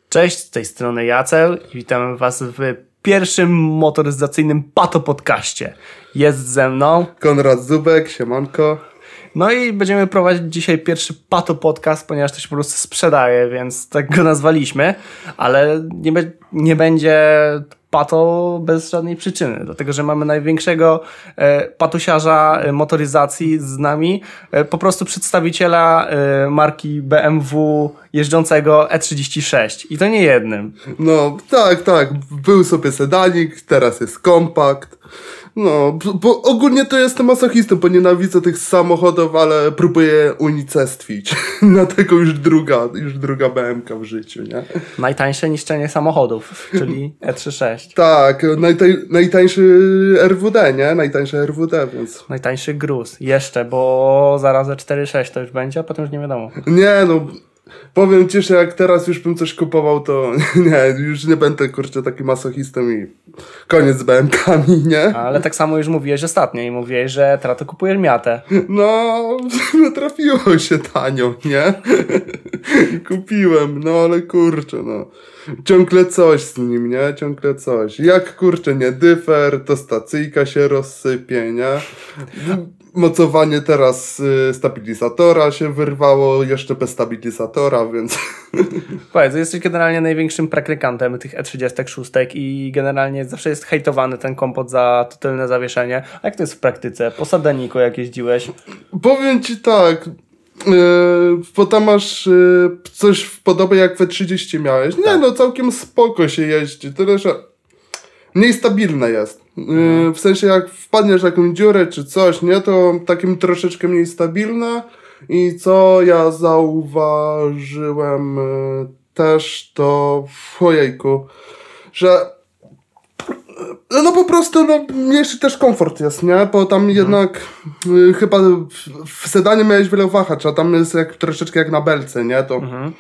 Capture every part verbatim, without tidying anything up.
Cześć, z tej strony Jacel i witam was w pierwszym motoryzacyjnym Pato podcaście. Jest ze mną Konrad Zubek, siemanko. No i będziemy prowadzić dzisiaj pierwszy Pato podcast, ponieważ to się po prostu sprzedaje, więc tak go nazwaliśmy, ale nie, be- nie będzie Pato bez żadnej przyczyny, dlatego że mamy największego e, patusiarza e, motoryzacji z nami, e, po prostu przedstawiciela e, marki B M W jeżdżącego E trzydzieści sześć i to nie jednym. No tak, tak, był sobie sedanik, teraz jest kompakt. No, bo ogólnie to jestem masochistą, bo nienawidzę tych samochodów, ale próbuję unicestwić. Dlatego już druga, już druga B M K w życiu, nie? Najtańsze niszczenie samochodów, czyli E trzydzieści sześć. Tak, najtaj, najtańszy R W D, nie? Najtańszy R W D, więc... Najtańszy gruz. Jeszcze, bo zaraz E czterdzieści sześć to już będzie, a potem już nie wiadomo. Nie, no... Powiem ci, że jak teraz już bym coś kupował, to nie, już nie będę, kurczę, taki masochistą i koniec z B M kami, nie? Ale tak samo już mówiłeś ostatnio i mówiłeś, że teraz to kupujesz Miatę. No, trafiło się tanio, nie? Kupiłem, no ale kurczę, no. Ciągle coś z nim, nie? Ciągle coś. Jak kurczę, nie dyfer, to stacyjka się rozsypie, nie? Mocowanie teraz y, stabilizatora się wyrwało, jeszcze bez stabilizatora, więc... Powiedz, jesteś generalnie największym praktykantem tych E trzydzieści sześć i generalnie zawsze jest hejtowany ten kompot za totalne zawieszenie. A jak to jest w praktyce? Po sadaniku jak jeździłeś? Powiem ci tak... Yy, bo tam masz yy, coś w podobie jak w E trzydzieści miałeś. Nie tak. No, całkiem spoko się jeździ, tyle że mniej stabilne jest. Yy, mhm. W sensie jak wpadniesz w jakąś dziurę czy coś, nie, to takim troszeczkę mniej stabilne. I co ja zauważyłem yy, też, to w ojejku, że no po prostu no, mniejszy też komfort jest, nie? Bo tam mhm. jednak y, chyba w, w sedanie miałeś wiele wahacz, a tam jest jak, troszeczkę jak na belce, nie? To mhm.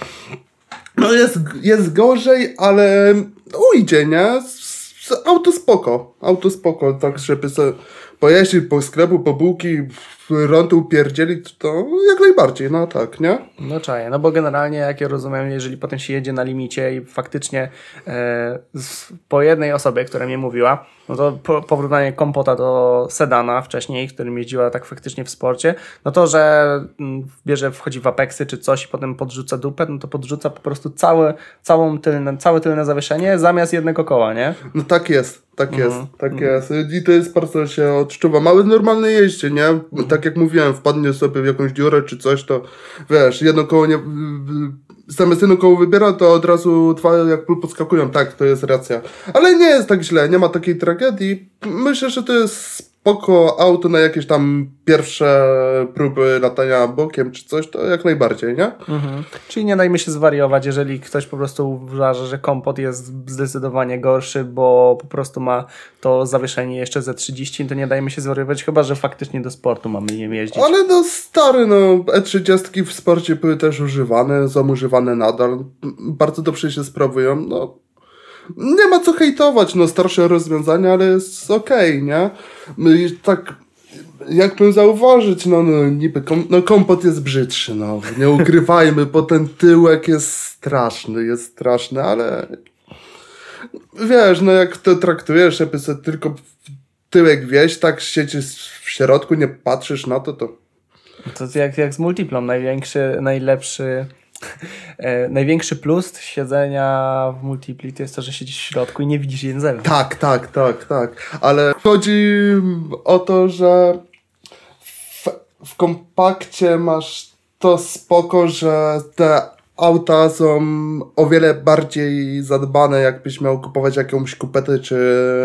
no jest, jest gorzej, ale ujdzie, nie? Z, z, auto spoko, auto spoko, tak żeby sobie pojeździć po sklepu, po bułki, rontu upierdzielić, to jak najbardziej, no tak, nie? No czaję, no bo generalnie, jak ja rozumiem, jeżeli potem się jedzie na limicie i faktycznie e, z, po jednej osobie, która mnie mówiła, no to po, porównanie kompota do sedana wcześniej, którym jeździła tak faktycznie w sporcie, no to, że m, bierze, wchodzi w apexy czy coś i potem podrzuca dupę, no to podrzuca po prostu całe, całą tylne, całe tylne zawieszenie zamiast jednego koła, nie? No tak jest. Tak jest, mm. tak mm. jest. I to jest bardzo się odczuwa. Mały normalny jeździe, nie? Mm. Tak jak mówiłem, wpadnie sobie w jakąś dziurę czy coś, to wiesz, jedno koło nie... Zamiast jedno koło wybiera, to od razu dwa jak podskakują. Tak, to jest racja. Ale nie jest tak źle, nie ma takiej tragedii. Myślę, że to jest spoko auto na jakieś tam pierwsze próby latania bokiem czy coś, to jak najbardziej, nie? Mhm. Czyli nie dajmy się zwariować, jeżeli ktoś po prostu uważa, że kompot jest zdecydowanie gorszy, bo po prostu ma to zawieszenie jeszcze ze trzydzieści, to nie dajmy się zwariować, chyba że faktycznie do sportu mamy nim jeździć. Ale no stary, no E trzydzieści w sporcie były też używane, są używane nadal, bardzo dobrze się sprawują, no nie ma co hejtować, no starsze rozwiązania, ale jest okej, okay, nie? I tak jakbym zauważyć, no, no niby kom, no kompot jest brzydszy, no nie ukrywajmy, bo ten tyłek jest straszny, jest straszny, ale wiesz, no jak to traktujesz, żeby sobie tylko tyłek wieść, tak siedzisz w środku, nie patrzysz na to, to... To jak, jak z multiplą, największy, najlepszy... E, największy plus siedzenia w multipli to jest to, że siedzisz w środku i nie widzisz języka. Tak, tak, tak, tak. Ale chodzi o to, że w, w kompakcie masz to spoko, że te auta są o wiele bardziej zadbane, jakbyś miał kupować jakąś kupetę czy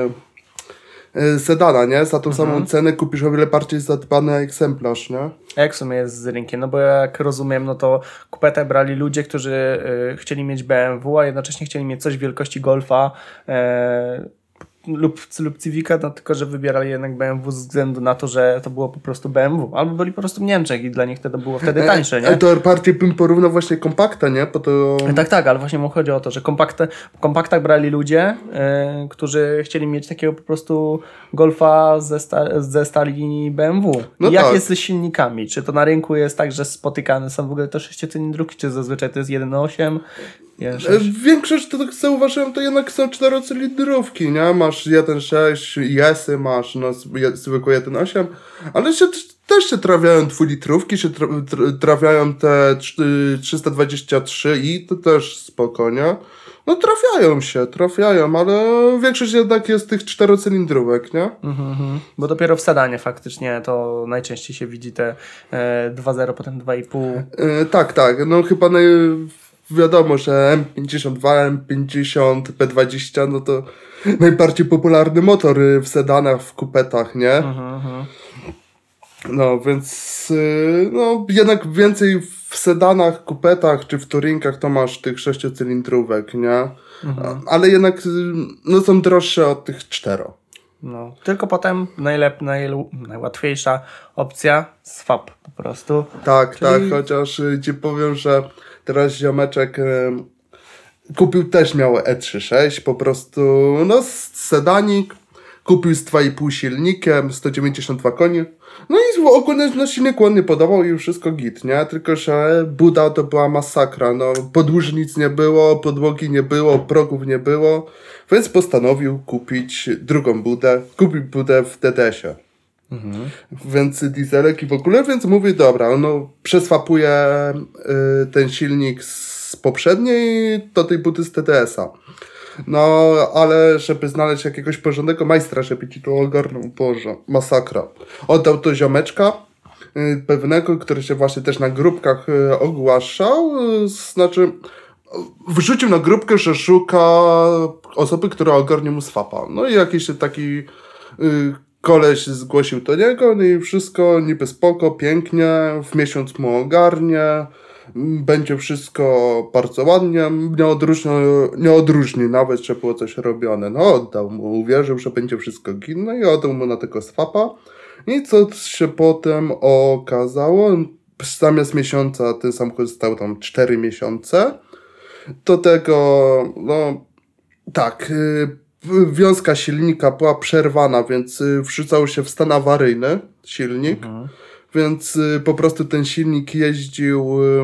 sedana, nie? Za tą mhm. samą cenę kupisz o wiele bardziej zadbany egzemplarz, nie? A jak w sumie jest z rynkiem? No bo jak rozumiem, no to kupetę brali ludzie, którzy y, chcieli mieć B M W, a jednocześnie chcieli mieć coś wielkości Golfa y, lub, lub Civica, no tylko że wybierali jednak B M W ze względu na to, że to było po prostu B M W. Albo byli po prostu w Niemczech i dla nich to było wtedy tańsze, nie? E, to bardziej bym porównał właśnie kompakta, nie? Po to... Tak, tak, ale właśnie mu chodzi o to, że kompaktę, w kompaktach brali ludzie, yy, którzy chcieli mieć takiego po prostu Golfa ze, sta- ze stali B M W. No jak tak. jest ze silnikami? Czy to na rynku jest tak, że spotykane są w ogóle te sześciocylindrówki, czy zazwyczaj to jest jeden przecinek osiem? jeden sześć. Większość, to tak zauważyłem, to jednak są czterocylindrówki, nie? Masz jeden sześć, jesy masz, no zwykły jeden osiem, ale się też się trafiają dwulitrówki, się tra, tra, trafiają te trzysta dwadzieścia trzy i to też spokojnie. No trafiają się, trafiają, ale większość jednak jest tych czterocylindrówek, nie? Mm-hmm. Bo dopiero w sedanie faktycznie to najczęściej się widzi te e, dwa zero, potem dwa i pół. E, tak, tak, no chyba naj... wiadomo, że M pięćdziesiąt dwa, M pięćdziesiąt, P dwadzieścia, no to najbardziej popularny motor w sedanach, w kupetach, nie? Mm-hmm. No, więc no, jednak więcej w sedanach, kupetach czy w touringach to masz tych sześciocylindrówek, nie? Mhm. Ale jednak no, są droższe od tych cztero. No, tylko potem najlep, najl, najłatwiejsza opcja swap po prostu. Tak, Czyli... tak, chociaż ci powiem, że teraz ziomeczek e, kupił też miał E trzydzieści sześć, po prostu no sedanik, kupił z dwa i pół silnikiem, sto dziewięćdziesiąt dwa konie. No i ogólnie no, silnik ładnie podawał i wszystko git, nie? Tylko że buda to była masakra, no podłuż nic nie było, podłogi nie było, progów nie było, więc postanowił kupić drugą budę, kupił budę w D D S-ie. Mhm. Więc dieselek i w ogóle, więc mówię, dobra, no przeswapuję y, ten silnik z poprzedniej do tej budy z T D S-a. No, ale żeby znaleźć jakiegoś porządnego majstra, żeby ci to ogarnął, Boże, masakra. Oddał to ziomeczka y, pewnego, który się właśnie też na grupkach y, ogłaszał, y, znaczy wrzucił na grupkę, że szuka osoby, która ogarnie mu swapa. No i jakiś taki y, koleś zgłosił do niego, no i wszystko niby spoko, pięknie, w miesiąc mu ogarnie, będzie wszystko bardzo ładnie, nie odróżni, nie odróżni nawet, że było coś robione. No oddał mu, uwierzył, że będzie wszystko ginne i oddał mu na tego swapa. I co się potem okazało, zamiast miesiąca ten samochód stał tam cztery miesiące. Do tego, no tak, wiązka silnika była przerwana, więc wrzucał się w stan awaryjny silnik. Mhm. Więc y, po prostu ten silnik jeździł y,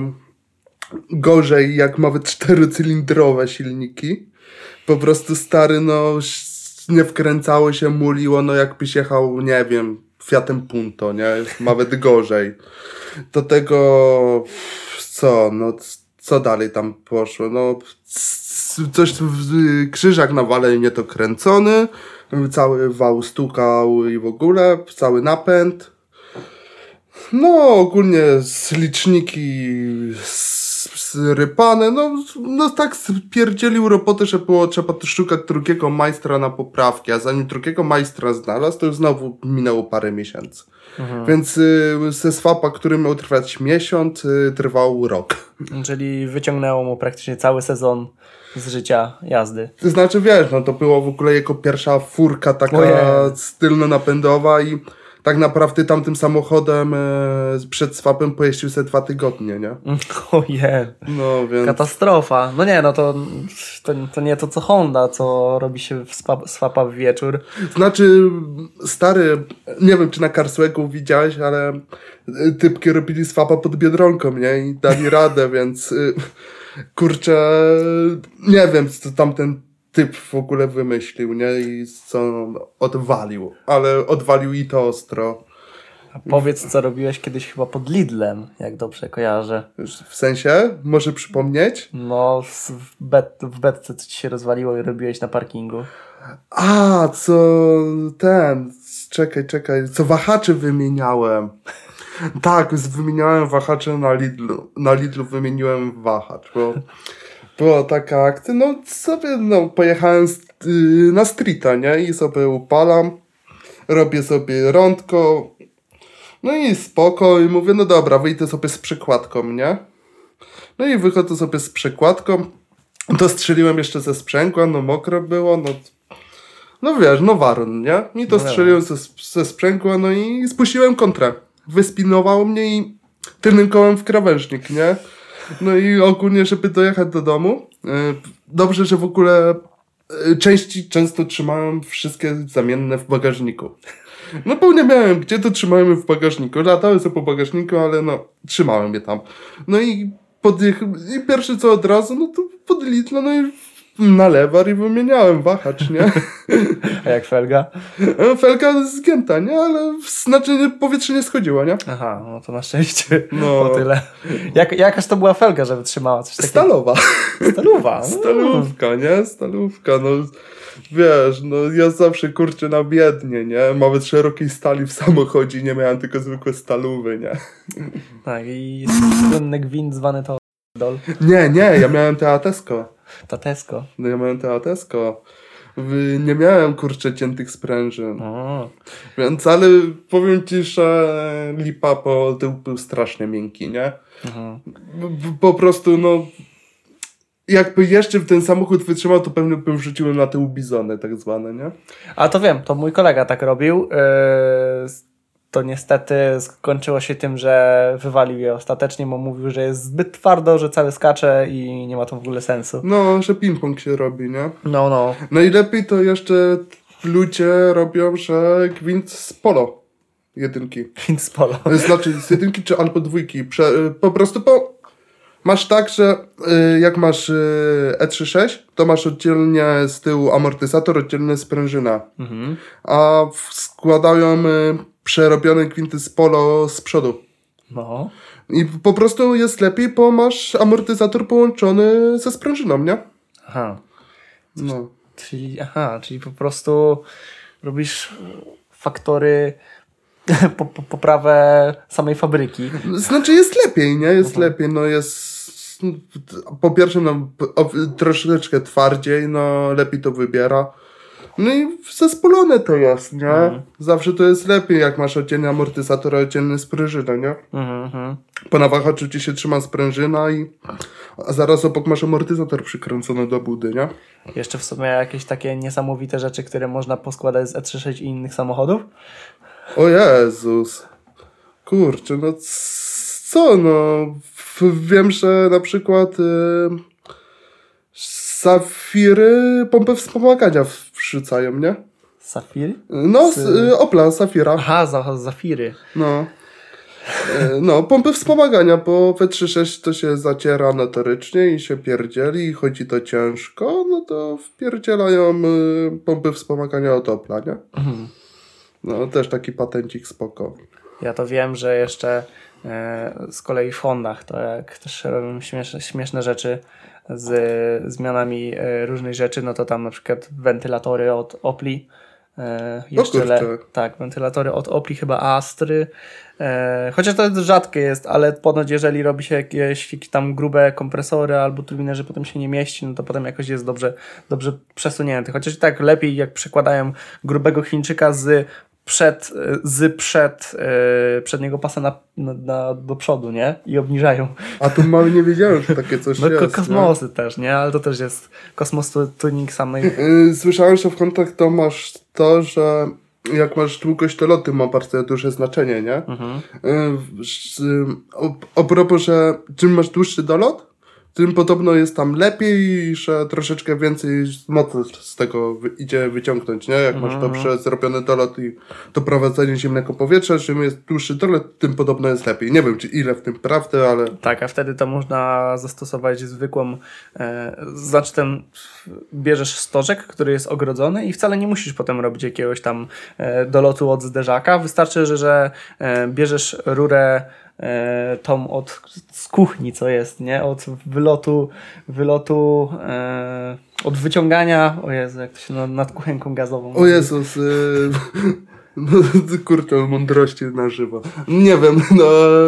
gorzej jak nawet czterocylindrowe silniki. Po prostu stary, no nie wkręcało się, muliło, no jakbyś jechał, nie wiem, Fiatem Punto, nie? Nawet gorzej. Do tego, co, no co dalej tam poszło? No coś, krzyżak na wale nie to kręcony, cały wał stukał i w ogóle, cały napęd. No, ogólnie liczniki zrypane, no, no tak spierdzielił robotę, że było trzeba szukać drugiego majstra na poprawki, a zanim drugiego majstra znalazł, to już znowu minęło parę miesięcy. Mhm. Więc y, ze swapa, który miał trwać miesiąc, y, trwał rok. Czyli wyciągnęło mu praktycznie cały sezon z życia jazdy. To znaczy, wiesz, no to było w ogóle jego pierwsza furka taka tylno-napędowa i tak naprawdę tamtym samochodem e, przed swapem pojeździł se dwa tygodnie, nie? Ojej. No, więc... Katastrofa. No nie, no to, to, to nie to co Honda, co robi się w swapa, swapa w wieczór. Znaczy, stary, nie wiem czy na Carswagu widziałeś, ale typki robili swapa pod Biedronką, nie? I dali radę, więc kurczę, nie wiem co tamten typ w ogóle wymyślił, nie? I co odwalił. Ale odwalił i to ostro. A powiedz, co robiłeś kiedyś chyba pod Lidlem, jak dobrze kojarzę. W sensie? Może przypomnieć? No, w, bet, w betce co ci się rozwaliło i robiłeś na parkingu. A, co ten... Czekaj, czekaj. Co wahacze wymieniałem. Tak, wymieniałem wahacze na Lidlu. Na Lidlu wymieniłem wahacz, bo... Była taka akcja, no sobie, no pojechałem z, yy, na streeta, nie? I sobie upalam, robię sobie rądko, no i spoko, i mówię, no dobra, wyjdę sobie z przekładką, nie? No i wychodzę sobie z przekładką, to strzeliłem jeszcze ze sprzęgła, no mokro było, no, no wiesz, no warun, nie? I to strzeliłem ze, ze sprzęgła, no i spuściłem kontrę. Wyspinowało mnie i tylnym kołem w krawężnik, nie? No i ogólnie, żeby dojechać do domu, dobrze, że w ogóle części często trzymałem wszystkie zamienne w bagażniku. No bo nie miałem gdzie, to trzymałem je w bagażniku. Latałem sobie po bagażniku, ale no, trzymałem je tam. No i podjech... i pierwszy co od razu, no to pod litro, no i na lewar i wymieniałem wahacz, nie? A jak felga? Felga zgięta, nie? Ale znaczy powietrze nie schodziło, nie? Aha, no to na szczęście No. o tyle. Jak, jakaż to była felga, żeby trzymała coś takiego? Stalowa. Stalowa. Stalówka, nie? Stalówka, no wiesz, no ja zawsze kurczę na biednie, nie? Nawet szerokiej stali w samochodzie nie miałem, tylko zwykłe stalówy, nie? Tak, i słynny gwint zwany to dol. Nie, nie, ja miałem Teatesko. Tatesko. No ja miałem Teatesko. Nie miałem kurczę ciętych sprężyn. O. Więc, ale powiem ci, że lipa, bo tył był strasznie miękki, nie? Mhm. Po prostu, no jakby jeszcze ten samochód wytrzymał, to pewnie bym wrzucił na tył bizony tak zwane, nie? A to wiem, to mój kolega tak robił. Yy, to niestety skończyło się tym, że wywalił je ostatecznie, bo mówił, że jest zbyt twardo, że cały skacze i nie ma to w ogóle sensu. No, że ping-pong się robi, nie? No, no. Najlepiej to jeszcze ludzie robią, że gwint z polo jedynki. Gwint z polo. Znaczy z jedynki czy albo dwójki. Prze, po prostu po, masz tak, że y, jak masz y, E trzydzieści sześć, to masz oddzielnie z tyłu amortyzator, oddzielnie sprężyna. Mhm. A w, składają y, przerobione gwinty z polo z przodu. No. I po prostu jest lepiej, bo masz amortyzator połączony ze sprężyną, nie? Aha. No. Czyli, aha, czyli po prostu robisz faktory, po, po, poprawę samej fabryki. Znaczy jest lepiej, nie? Jest Mhm. lepiej, no jest... Po pierwsze, no o, troszeczkę twardziej, no lepiej to wybiera. No i zespolone to jest, nie? Mhm. Zawsze to jest lepiej, jak masz oddzielny amortyzator, a oddzielny sprężynę, nie? Mhm, mhm. Po na wahaczu ci się trzyma sprężyna i a zaraz obok masz amortyzator przykręcony do budy, nie? Jeszcze w sumie jakieś takie niesamowite rzeczy, które można poskładać z E trzydzieści sześć i innych samochodów? O Jezus. Kurczę, no c- co no? W- Wiem, że na przykład y, Safiry pompę wspomagania wrzucają, nie? Safiry? No, Z- y, Opla, Safira. Aha, za, zafiry. No. Y, No, pompy wspomagania, bo w E trzydzieści sześć to się zaciera notorycznie i się pierdzieli i chodzi to ciężko, no to wpierdzielają y, pompy wspomagania od Opla, nie? Mhm. No, też taki patencik spoko. Ja to wiem, że jeszcze e, z kolei w Hondach to jak też robią śmieszne, śmieszne rzeczy z zmianami e, różnych rzeczy, no to tam na przykład wentylatory od Opli. E, jeszcze le, kurczę. tak, wentylatory od Opli, chyba Astry. E, chociaż to jest rzadkie jest, ale ponoć jeżeli robi się jakieś, jakieś tam grube kompresory albo turbiny, że potem się nie mieści, no to potem jakoś jest dobrze, dobrze przesunięty. Chociaż i tak lepiej jak przekładają grubego Chińczyka z przed, z przed yy, przedniego pasa na, na, na, do przodu, nie? I obniżają. A tu mały nie wiedziałem, że takie coś No jest. ko- kosmosy też, nie? Ale to też jest kosmos tu- tuning samej... Yy, Słyszałem, że w kontach to masz to, że jak masz długość, to loty ma bardzo duże znaczenie, nie? Mhm. Yy, z- o, o propos, że czym masz dłuższy dolot, tym podobno jest tam lepiej i że troszeczkę więcej mocy z tego wy- idzie wyciągnąć, nie? Jak masz dobrze zrobiony dolot i doprowadzenie zimnego powietrza, czym jest dłuższy dolot, tym podobno jest lepiej. Nie wiem, czy ile w tym prawdy, ale... Tak, a wtedy to można zastosować zwykłą, e, znaczy ten, bierzesz stożek, który jest ogrodzony i wcale nie musisz potem robić jakiegoś tam e, dolotu od zderzaka. Wystarczy, że, że e, bierzesz rurę e, tą od z kuchni, co jest, nie? Od wylotu, wylotu e, od wyciągania, o Jezu, jak to się na, nad kuchenką gazową. O Jezus, yy, no kurczę, mądrości na żywo. Nie wiem, no...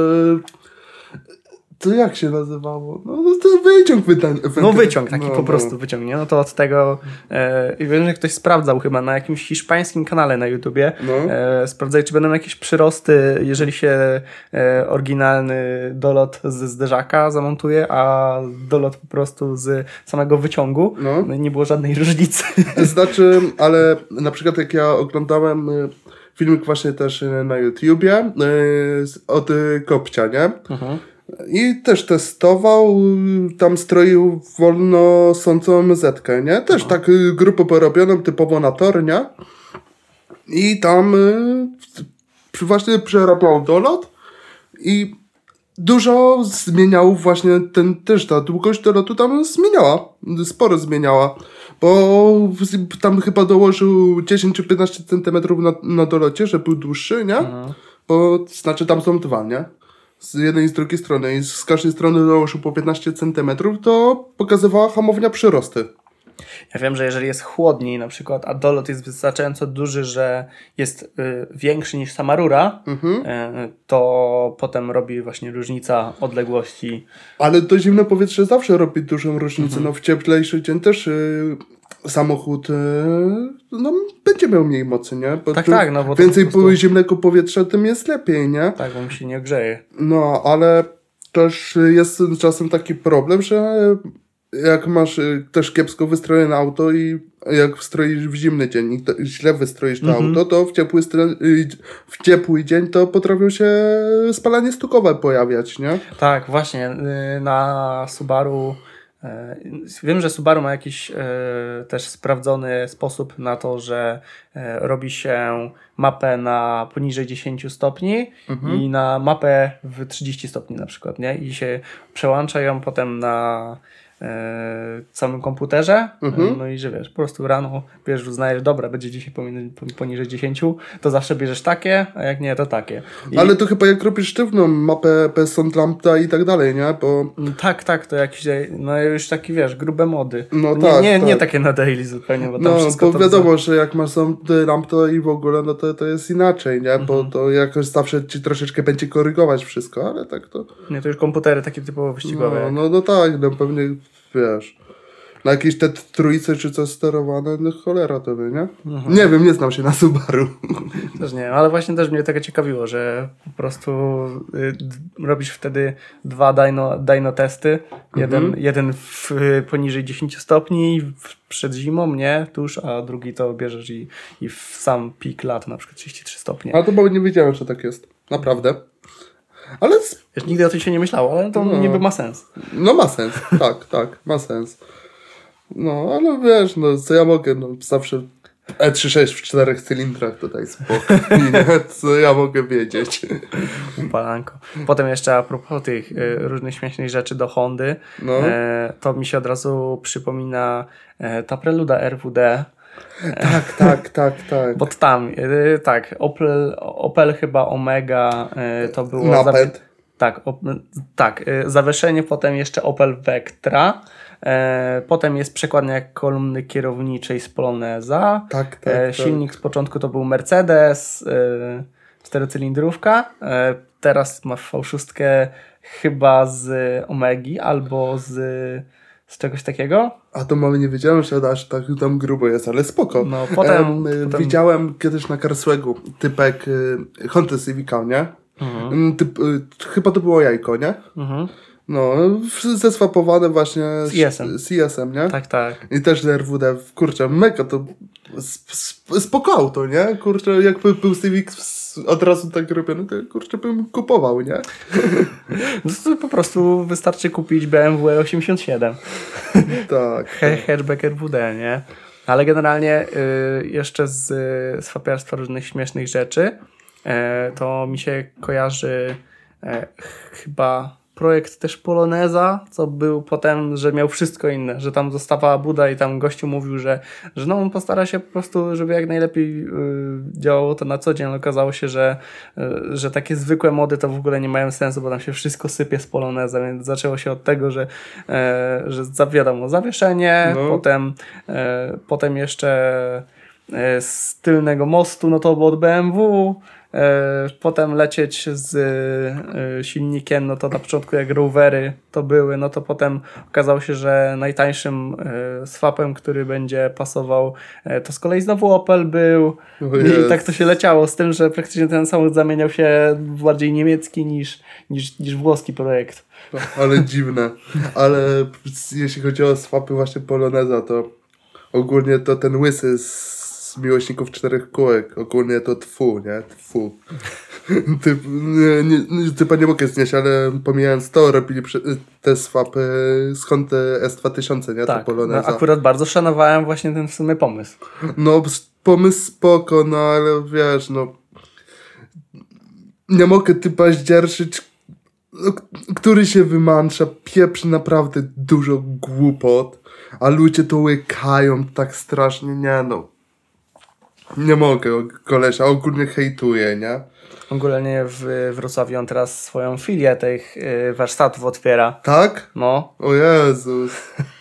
To jak się nazywało? No, no to wyciąg wydań. No wyciąg, taki no, po prostu wyciąg, nie? No to od tego e, i wiem, że ktoś sprawdzał chyba na jakimś hiszpańskim kanale na YouTubie. No. E, sprawdzali, czy będą jakieś przyrosty, jeżeli się e, oryginalny dolot ze zderzaka zamontuje, a dolot po prostu z samego wyciągu. No. No i nie było żadnej różnicy. Znaczy, ale na przykład jak ja oglądałem y, filmik właśnie też y, na YouTubie y, z- od y, Kopcia, nie? Mhm. I też testował, y, tam stroił wolno sącą zetkę, nie? Też tak y, grupę porobioną typowo na tor, nie? I tam y, przy- właśnie przerabiał dolot i dużo zmieniał właśnie ten, też ta długość do lotu tam zmieniała, sporo zmieniała, bo tam chyba dołożył dziesięć czy piętnaście centymetrów na, na dolocie, że był dłuższy, nie? Mhm. Bo znaczy tam są dwa, nie? Z jednej i z drugiej strony i z każdej strony dołożył po piętnaście centymetrów, to pokazywała hamownia przyrosty. Ja wiem, że jeżeli jest chłodniej na przykład, a dolot jest wystarczająco duży, że jest y, większy niż sama rura, mhm. y, to potem robi właśnie różnica odległości. Ale to zimne powietrze zawsze robi dużą różnicę. Mhm. No w cieplejszy dzień też y, samochód y, no, będzie miał mniej mocy, nie? Bo tak, tak. No, bo więcej po prostu... zimnego powietrza, tym jest lepiej, nie? Tak, bo mi się nie ogrzeje. No, ale też jest czasem taki problem, że jak masz też kiepsko wystrojone auto i jak stroisz w zimny dzień i to, źle wystroisz to mm-hmm. auto, to w ciepły, w ciepły dzień to potrafią się spalanie stukowe pojawiać, nie? Tak, właśnie. Na Subaru wiem, że Subaru ma jakiś też sprawdzony sposób na to, że robi się mapę na poniżej dziesięć stopni mm-hmm. i na mapę w trzydzieści stopni na przykład, nie? I się przełącza ją potem na w samym komputerze, mhm. no i że wiesz, po prostu rano bierzesz, uznajesz, dobra, będzie dzisiaj poniżej dziesięć, to zawsze bierzesz takie, a jak nie, to takie. I... Ale to chyba jak robisz sztywną mapę bez sound lambda i tak dalej, nie? Bo... Tak, tak, to jakieś, no już taki, wiesz, grube mody. No nie, tak, nie, tak. nie takie na daily zupełnie, bo tam no, wszystko bo to wiadomo, za... że jak masz sound lambda i w ogóle, no to, to jest inaczej, nie? Bo mhm. to jakoś zawsze ci troszeczkę będzie korygować wszystko, ale tak to... Nie, to już komputery takie typowo wyścigowe. No, no, no tak, no pewnie, wiesz... Na jakieś te trójce czy coś sterowane, no cholera to by, nie? Mhm. Nie wiem, nie znam się na Subaru. Też nie, ale właśnie też mnie tego ciekawiło, że po prostu y, robisz wtedy dwa dyno, dyno testy. Jeden, mhm. jeden w, y, poniżej dziesięć stopni w, przed zimą, nie? Tuż, a drugi to bierzesz i, i w sam pik lat, na przykład trzydzieści trzy stopnie. A to bo nie wiedziałem, że tak jest. Naprawdę. Ale... Wiesz, nigdy o tym się nie myślało, ale to no. niby ma sens. No ma sens, tak, tak, ma sens. No, ale wiesz, no co ja mogę, no zawsze E trzydzieści sześć w czterech cylindrach tutaj spokojnie, co ja mogę wiedzieć. Palanko. Potem jeszcze a propos tych y, różnych śmiesznych rzeczy do Hondy, no. e, to mi się od razu przypomina e, ta preluda R W D. Tak, tak, tak, tak. Bo tam, y, tak, Opel, Opel chyba Omega y, to było... Napęd. Zawi- tak, op, tak y, zawieszenie, potem jeszcze Opel Vectra. E, potem jest przekładnia kolumny kierowniczej z Poloneza. Tak, tak, e, silnik tak. Z początku to był Mercedes, e, czterocylindrówka. E, teraz ma V sześć chyba z Omegi albo z, z czegoś takiego. A to mamy nie wiedziałem, że aż tak tam grubo jest, ale spoko. No, potem, e, potem... Widziałem kiedyś na Carswagu typek y, Honda Civica, nie? Mhm. Typ, y, chyba to było jajko, nie? Mhm. No, zeswapowane właśnie z C S M. Z C S M, nie? Tak, tak. I też R W D, kurczę, mega to spoko auto, nie? Kurczę, jakby był Civic od razu tak robiony, to kurczę bym kupował, nie? No to po prostu wystarczy kupić B M W osiemdziesiąt siedem. Tak. Hatchback R W D, nie? Ale generalnie y, jeszcze z, z fapiarstwa różnych śmiesznych rzeczy y, to mi się kojarzy y, chyba projekt też Poloneza, co był potem, że miał wszystko inne, że tam zostawała buda i tam gościu mówił, że, że no on postara się po prostu, żeby jak najlepiej y, działało to na co dzień, ale okazało się, że, y, że takie zwykłe mody to w ogóle nie mają sensu, bo tam się wszystko sypie z Poloneza, więc zaczęło się od tego, że, y, że za, wiadomo, zawieszenie, no. potem, y, potem jeszcze y, z tylnego mostu, no to było od B M W, potem lecieć z y, silnikiem, no to na początku jak rowery to były, no to potem okazało się, że najtańszym y, swapem, który będzie pasował, y, to z kolei znowu Opel był i tak to się leciało z tym, że praktycznie ten samochód zamieniał się w bardziej niemiecki niż, niż, niż włoski projekt. No, ale dziwne. Ale jeśli chodzi o swapy właśnie Poloneza, to ogólnie to ten łysy z miłośników czterech kółek. Ogólnie to tfu, nie? Tfu. Typ, nie, nie, typa nie mogę znieść, ale pomijając to, robili te swapy z Hondy S dwa tysiące, nie? Tak, to Poloneza. No, akurat bardzo szanowałem właśnie ten w sumie pomysł. No, pomysł spoko, no ale wiesz, no nie mogę typa zdzierżyć który się wymącza, pieprzy naprawdę dużo głupot, a ludzie to łykają tak strasznie, nie no. Nie mogę kolesia, ogólnie hejtuję, nie? Ogólnie w Wrocławiu on teraz swoją filię tych y, warsztatów otwiera. Tak? No. O Jezus.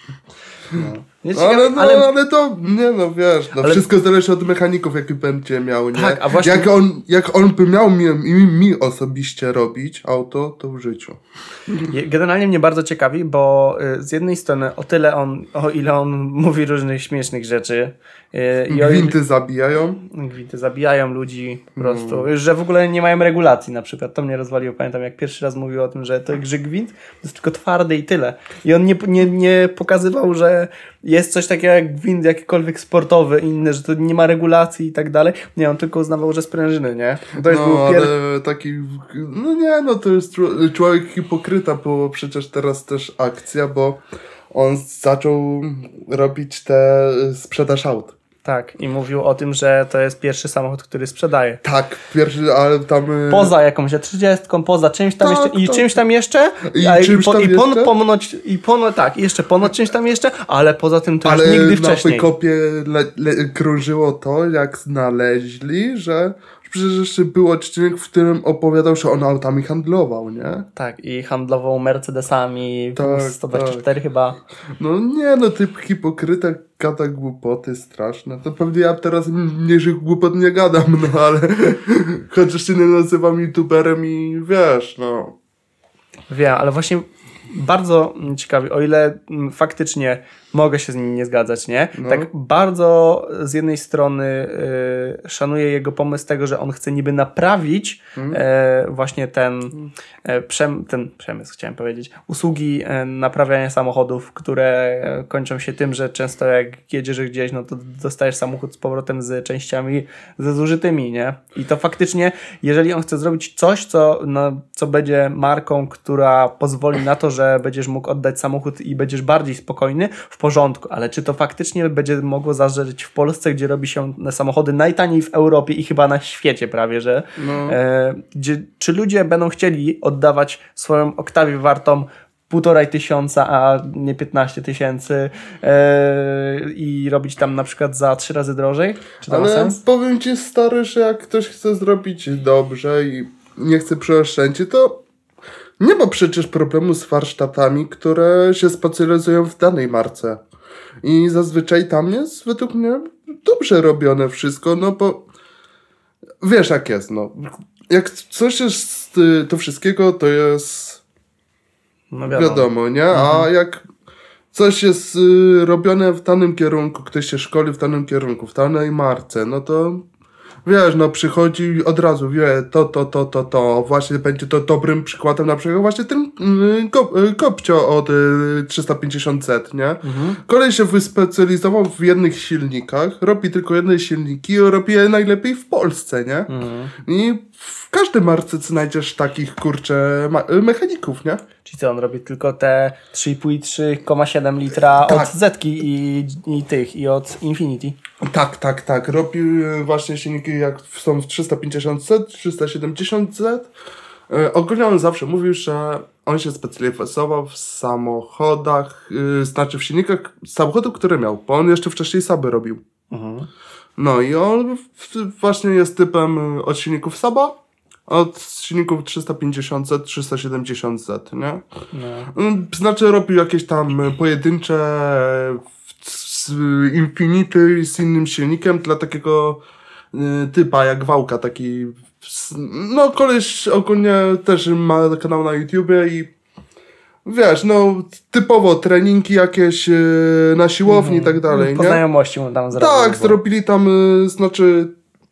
No. No, ale, no, ale... ale to, nie no, wiesz, no, ale... wszystko zależy od mechaników, jaki będzie miał, nie? Tak, a właśnie... Jak on, jak on by miał mi, mi, mi osobiście robić auto, to w życiu. Generalnie mnie bardzo ciekawi, bo z jednej strony o tyle on, o ile on mówi różnych śmiesznych rzeczy. I gwinty o... zabijają. Gwinty zabijają ludzi po prostu. Mm. Że w ogóle nie mają regulacji na przykład. To mnie rozwaliło. Pamiętam jak pierwszy raz mówił o tym, że to że gwint to jest tylko twardy i tyle. I on nie, nie, nie pokazywał, że jest coś takiego jak gwint jakikolwiek sportowy, inny, że to nie ma regulacji i tak dalej. Nie, on tylko uznawał, że sprężyny, nie? To no, był pier... ale taki, no nie, no to jest człowiek hipokryta, bo przecież teraz też akcja, bo on zaczął robić tę sprzedaż aut. Tak, i mówił o tym, że to jest pierwszy samochód, który sprzedaje. Tak, pierwszy, ale tam... Poza jakąś trzydziestką, poza czymś tam tak, jeszcze, i tak. czymś tam jeszcze, i a, czymś i, po, tam i jeszcze? Pon, ponoć, i ponoć, tak, i jeszcze ponoć czymś tam jeszcze, ale poza tym to ale już nigdy na wcześniej. Ale na wykopie le, le, krążyło to, jak znaleźli, że przecież jeszcze był odcinek, w którym opowiadał, że on autami handlował, nie? Tak, i handlował Mercedesami, tak, sto dwadzieścia cztery tak. chyba. No nie, no typ hipokryta gada głupoty straszne. To pewnie ja teraz mniejszych głupot nie gadam, no ale chociaż się nie nazywam youtuberem i wiesz, no. Wiem, ale właśnie bardzo ciekawi, o ile faktycznie mogę się z nim nie zgadzać, nie? No. Tak bardzo z jednej strony y, szanuję jego pomysł tego, że on chce niby naprawić mm. e, właśnie ten, e, przem, ten przemysł, chciałem powiedzieć, usługi e, naprawiania samochodów, które kończą się tym, że często jak jedziesz gdzieś, no to dostajesz samochód z powrotem z częściami ze zużytymi, nie? I to faktycznie, jeżeli on chce zrobić coś, co, no, co będzie marką, która pozwoli na to, że będziesz mógł oddać samochód i będziesz bardziej spokojny, w porządku, ale czy to faktycznie będzie mogło zażyć w Polsce, gdzie robi się samochody najtaniej w Europie i chyba na świecie prawie, że no. e, gdzie, czy ludzie będą chcieli oddawać swoją Oktawię wartą półtorej tysiąca, a nie piętnaście tysięcy e, i robić tam na przykład za trzy razy drożej? Czy to ale ma sens? Powiem ci, stary, że jak ktoś chce zrobić dobrze i nie chce przeoszczędzić, to nie ma przecież problemu z warsztatami, które się specjalizują w danej marce. I zazwyczaj tam jest według mnie dobrze robione wszystko, no bo wiesz jak jest, no. Jak coś jest z to wszystkiego, to jest no wiadomo. wiadomo, nie? Mhm. A jak coś jest y, robione w danym kierunku, ktoś się szkoli w danym kierunku, w danej marce, no to wiesz, no przychodzi od razu, wie, to, to, to, to, to, właśnie będzie to dobrym przykładem, na przykład właśnie ten yy, kop, yy, kopcio od yy, trzysta pięćdziesiąt Z, nie? Mhm. Kolej się wyspecjalizował w jednych silnikach, robi tylko jedne silniki i robi je najlepiej w Polsce, nie? Mhm. I w każdej marce znajdziesz takich, kurczę, ma- mechaników, nie? Czyli co, on robi tylko te trzy i pół i trzy przecinek siedem litra tak. od Zetki i, i tych, i od Infinity. Tak, tak, tak. Robi właśnie silniki jak są w trzysta pięćdziesiąt Z, trzysta siedemdziesiąt Z. Yy, ogólnie on zawsze mówił, że on się specjalizował w samochodach, yy, znaczy w silnikach samochodów, które miał, bo on jeszcze wcześniej Saby robił. Mhm. No i on w, właśnie jest typem od silników Saba, od silników trzysta pięćdziesiąt Z, trzysta siedemdziesiąt Z, nie? No. Znaczy robił jakieś tam pojedyncze z Infinity z innym silnikiem dla takiego y, typa jak Wałka, taki no koleś ogólnie też ma kanał na YouTubie i wiesz, no typowo treningi jakieś y, na siłowni i tak dalej, po nie? znajomości mu tam zrobili. Tak, zrobili tam, y, znaczy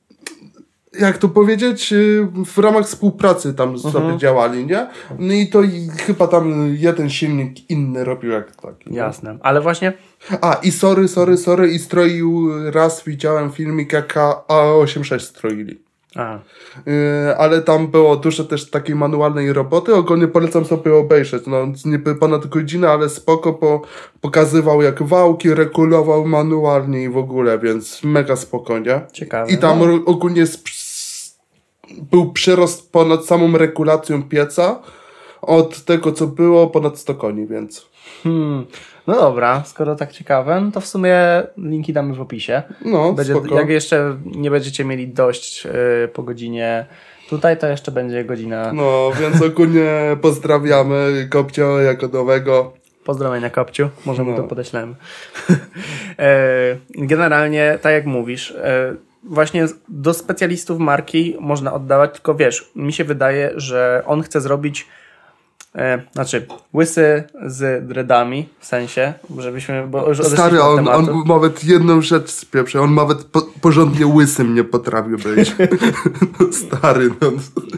jak to powiedzieć, w ramach współpracy tam mhm. sobie działali, nie? No i to i chyba tam jeden silnik inny robił jak taki. Nie? Jasne, ale właśnie... A, i sorry, sorry, sorry, i stroił, raz widziałem filmik, jak A osiemdziesiąt sześć stroili. Aha. Yy, ale tam było dużo też takiej manualnej roboty, ogólnie polecam sobie obejrzeć, no niby ponad godzinę, ale spoko, bo pokazywał jak wałki regulował manualnie i w ogóle, więc mega spoko, nie? Ciekawe. I tam no. ogólnie sp- był przyrost ponad samą regulacją pieca od tego, co było, ponad sto koni, więc... Hmm. No dobra, skoro tak ciekawe, no to w sumie linki damy w opisie. No, będzie, spoko. Jak jeszcze nie będziecie mieli dość yy, po godzinie tutaj, to jeszcze będzie godzina... No, więc ogólnie pozdrawiamy Kopcio jako nowego. Pozdrowienia, Kopciu, może mu No. to podeślemy. Generalnie, tak jak mówisz, właśnie do specjalistów marki można oddawać, tylko wiesz, mi się wydaje, że on chce zrobić, znaczy łysy z dreadami, w sensie, żebyśmy... Bo już Stary, od on, tematu. on nawet jedną rzecz spieprze, on nawet po, porządnie łysym nie potrafił być. No, stary, no.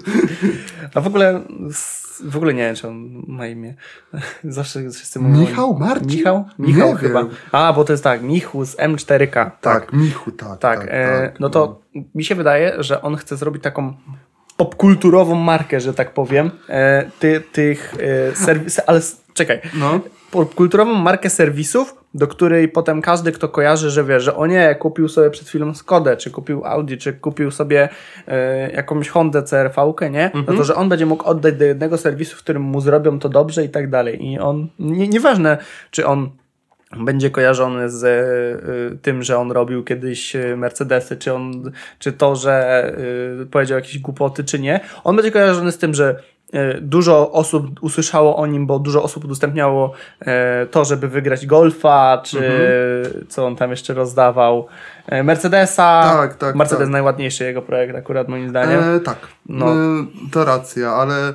A w ogóle... W ogóle nie wiem, czy on ma imię. Zawsze wszyscy mówią... Michał? Marcin? Michał? Michał Nie chyba. wiem. A, bo to jest tak, Michu z M cztery K. Tak, Michu, tak. Tak, tak, e, tak no to mi się wydaje, że on chce zrobić taką popkulturową markę, że tak powiem, e, ty, tych e, serwisów, ale s- czekaj, No. popkulturową markę serwisów, do której potem każdy, kto kojarzy, że wie, że o nie, kupił sobie przed chwilą Skodę, czy kupił Audi, czy kupił sobie e, jakąś Hondę C R V-kę, nie? Mhm. No to, że on będzie mógł oddać do jednego serwisu, w którym mu zrobią to dobrze i tak dalej. I on, nie, nieważne, czy on będzie kojarzony z y, tym, że on robił kiedyś y, Mercedesy, czy on, czy to, że y, powiedział jakieś głupoty, czy nie. On będzie kojarzony z tym, że y, dużo osób usłyszało o nim, bo dużo osób udostępniało y, to, żeby wygrać Golfa, czy Mhm. co on tam jeszcze rozdawał, y, Mercedesa. Tak, tak, Mercedes tak. najładniejszy jego projekt akurat moim zdaniem. E, tak, No. no. e, to racja, ale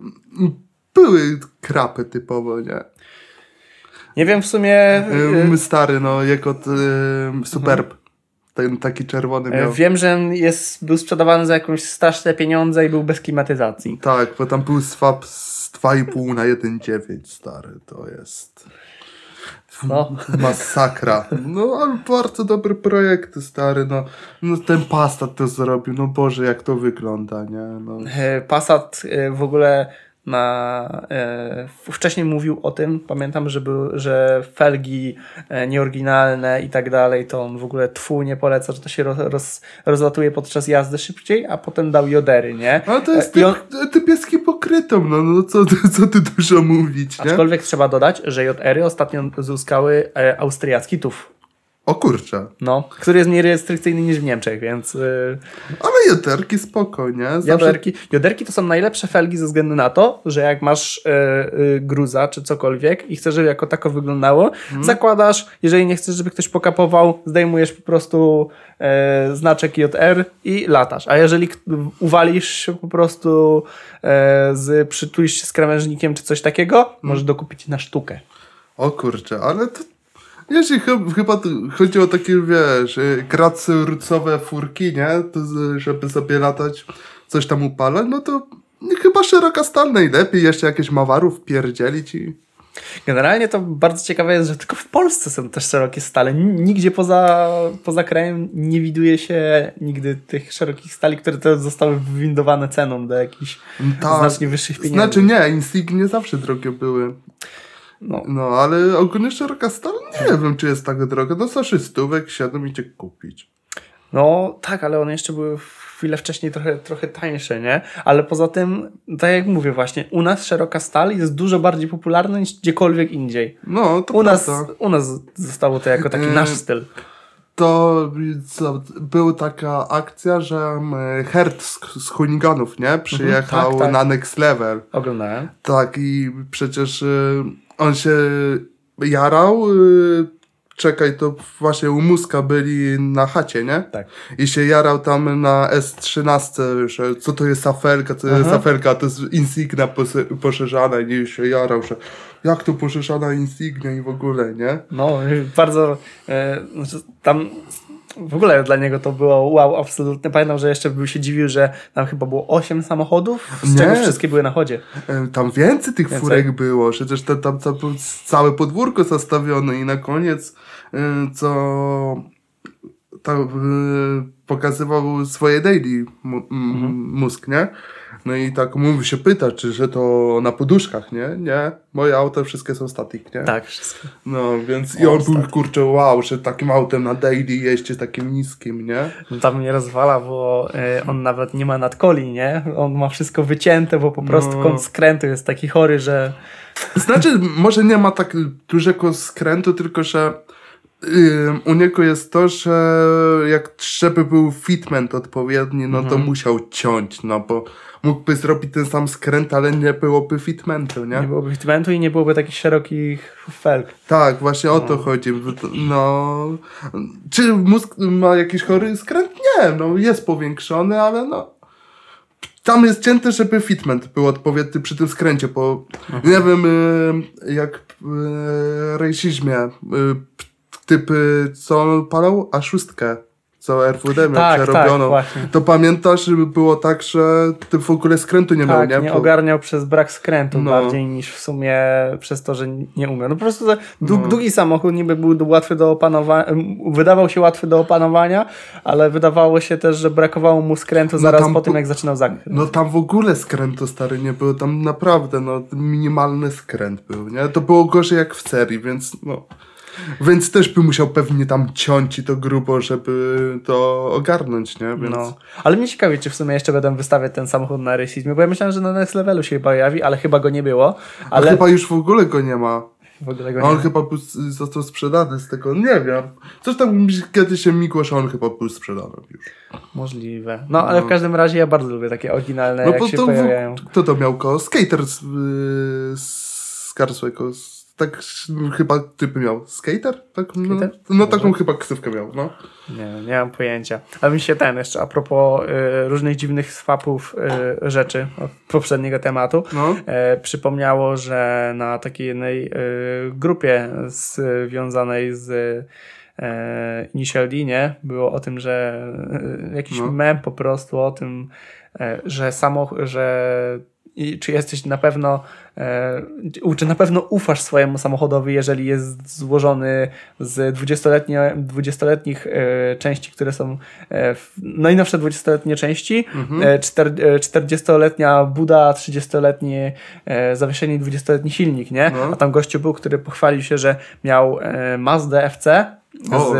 były krapy typowo, nie? Nie wiem w sumie... E, y, stary, no, jak od e, Superb. Ten taki czerwony miał. Wiem, że jest, był sprzedawany za jakąś straszne pieniądze i był bez klimatyzacji. Tak, bo tam był swap z dwa i pół na jeden przecinek dziewięć, stary, to jest No. masakra. No, ale bardzo dobry projekt, stary, no, no ten Passat to zrobił, no Boże, jak to wygląda, nie, no. E, Passat e, w ogóle na, e, wcześniej mówił o tym, pamiętam, że, był, że felgi e, nieoryginalne i tak dalej, to on w ogóle tfu nie poleca, że to się roz, roz, rozlatuje podczas jazdy szybciej, a potem dał jodery, nie? Ale to jest E, i on, typ, typ jest hipokrytą, no, no co, co ty dużo mówić, nie? aczkolwiek trzeba dodać, że J R y ostatnio uzyskały e, austriacki T U F. O kurczę. No, który jest mniej restrykcyjny niż w Niemczech, więc... Yy, Ale joderki spoko, nie? Zawsze... joderki, joderki to są najlepsze felgi ze względu na to, że jak masz yy, yy, gruza czy cokolwiek i chcesz, żeby jako tako wyglądało, Hmm. zakładasz, jeżeli nie chcesz, żeby ktoś pokapował, zdejmujesz po prostu yy, znaczek J R i latasz. A jeżeli k- uwalisz się po prostu yy, z, przytulisz się z krawężnikiem czy coś takiego, Hmm. możesz dokupić na sztukę. O kurczę, ale to... Jeśli ch- chyba to chodzi o takie, wiesz, y, kracurcowe furki, nie? To, z- żeby sobie latać, coś tam upalać, no to chyba szeroka stal najlepiej, jeszcze jakieś mawarów pierdzielić i... Generalnie to bardzo ciekawe jest, że tylko w Polsce są też szerokie stale. Nigdzie poza, poza krajem nie widuje się nigdy tych szerokich stali, które teraz zostały wywindowane ceną do jakichś Tak. znacznie wyższych pieniędzy. Znaczy nie, Insignie zawsze drogie były. No. No, ale ogólnie szeroka stal, nie wiem, czy jest tak droga. No za szystówek siadam i cię kupić. no tak, ale one jeszcze były chwilę wcześniej trochę, trochę tańsze, nie? Ale poza tym, tak jak mówię właśnie, u nas szeroka stal jest dużo bardziej popularna niż gdziekolwiek indziej. No, to U nas, prawda. u nas zostało to jako taki Yy, nasz styl. To co, była taka akcja, że um, Hert z, z Huniganów, nie? Przyjechał tak, tak. na Next Level. Oglądałem. Tak, i przecież y, on się jarał. Y, czekaj, to właśnie u Muska byli na chacie, nie? Tak. I się jarał tam na S trzynaście, że co to jest afelka, co to jest Aha. afelka, to jest Insignia pos- poszerzana i się jarał, że jak to poszerzana Insignia i w ogóle, nie? No, bardzo e, znaczy tam w ogóle dla niego to było wow, absolutnie. Pamiętam, że jeszcze był się dziwił, że tam chyba było osiem samochodów, z Nie. czego wszystkie były na chodzie. E, Tam więcej tych Więcej? furek było, przecież tam, tam, tam było całe podwórko zastawione i na koniec y, co ta, y, pokazywał swoje daily mu, m, mhm. mózg, nie? No i tak mówi się pyta, czy że to na poduszkach, nie? Nie, moje auta wszystkie są static, nie? Tak, wszystko. No, więc o, i on był, kurczę, wow, że takim autem na daily jeździ takim niskim, nie? No tam mnie rozwala, bo y, on nawet nie ma nadkoli, nie? On ma wszystko wycięte, bo po prostu no. kąt skrętu jest taki chory, że... Znaczy, może nie ma tak dużego skrętu, tylko że Yy, u niego jest to, że jak żeby był fitment odpowiedni, no to mm. musiał ciąć, no bo mógłby zrobić ten sam skręt, ale nie byłoby fitmentu, nie? Nie byłoby fitmentu i nie byłoby takich szerokich felg. Tak, właśnie o no. to chodzi. No, czy mózg ma jakiś chory skręt? Nie, no jest powiększony, ale no tam jest cięte, żeby fitment był odpowiedni przy tym skręcie, bo mhm. nie wiem, jak w racismie typy, co on palał? A szóstkę, co R W D miał tak, przerobioną. Tak, to pamiętasz, żeby było tak, że ty w ogóle skrętu nie tak, miał, nie? nie Bo... ogarniał przez brak skrętu no. bardziej niż w sumie przez to, że nie umiał. No po prostu dług, no. długi samochód niby był łatwy do opanowania, wydawał się łatwy do opanowania, ale wydawało się też, że brakowało mu skrętu no zaraz tam, po tym, jak zaczynał zakręt. No tam w ogóle skrętu, stary, nie było. Tam naprawdę, no, minimalny skręt był, nie? To było gorzej jak w serii, więc no... Więc też by musiał pewnie tam ciąć i to grubo, żeby to ogarnąć, nie? Więc... No. Ale mnie ciekawi, czy w sumie jeszcze będą wystawiać ten samochód na racismie, bo ja myślałem, że na next levelu się pojawi, ale chyba go nie było. Ale... A chyba już w ogóle go nie ma. W ogóle go nie on ma. chyba był, został sprzedany z tego, nie wiem. Coś tam kiedyś się migło, że on chyba był sprzedany już. Możliwe. No, ale no. w każdym razie ja bardzo lubię takie oryginalne, no, jak się to, pojawiają. Kto to miał ko? Skater z, yy, z Carsway'ego. Tak chyba typy miał. Skater? Tak, no, no taką chyba ksywkę miał, no. Nie, nie mam pojęcia. Ale mi się ten jeszcze, a propos y, różnych dziwnych swapów y, rzeczy od poprzedniego tematu, no. y, przypomniało, że na takiej jednej y, grupie związanej z y, Initial D, nie? Było o tym, że y, jakiś no. mem po prostu o tym, y, że samochód, że i czy jesteś na pewno, e, czy na pewno ufasz swojemu samochodowi, jeżeli jest złożony z dwudziestoletnich e, części, które są e, najnowsze dwudziestoletnie części, mhm. e, czter, e, czterdziestoletnia buda, trzydziestoletnie e, zawieszenie i dwudziestoletni silnik, nie? No. A tam gościu był, który pochwalił się, że miał e, Mazda F C o. z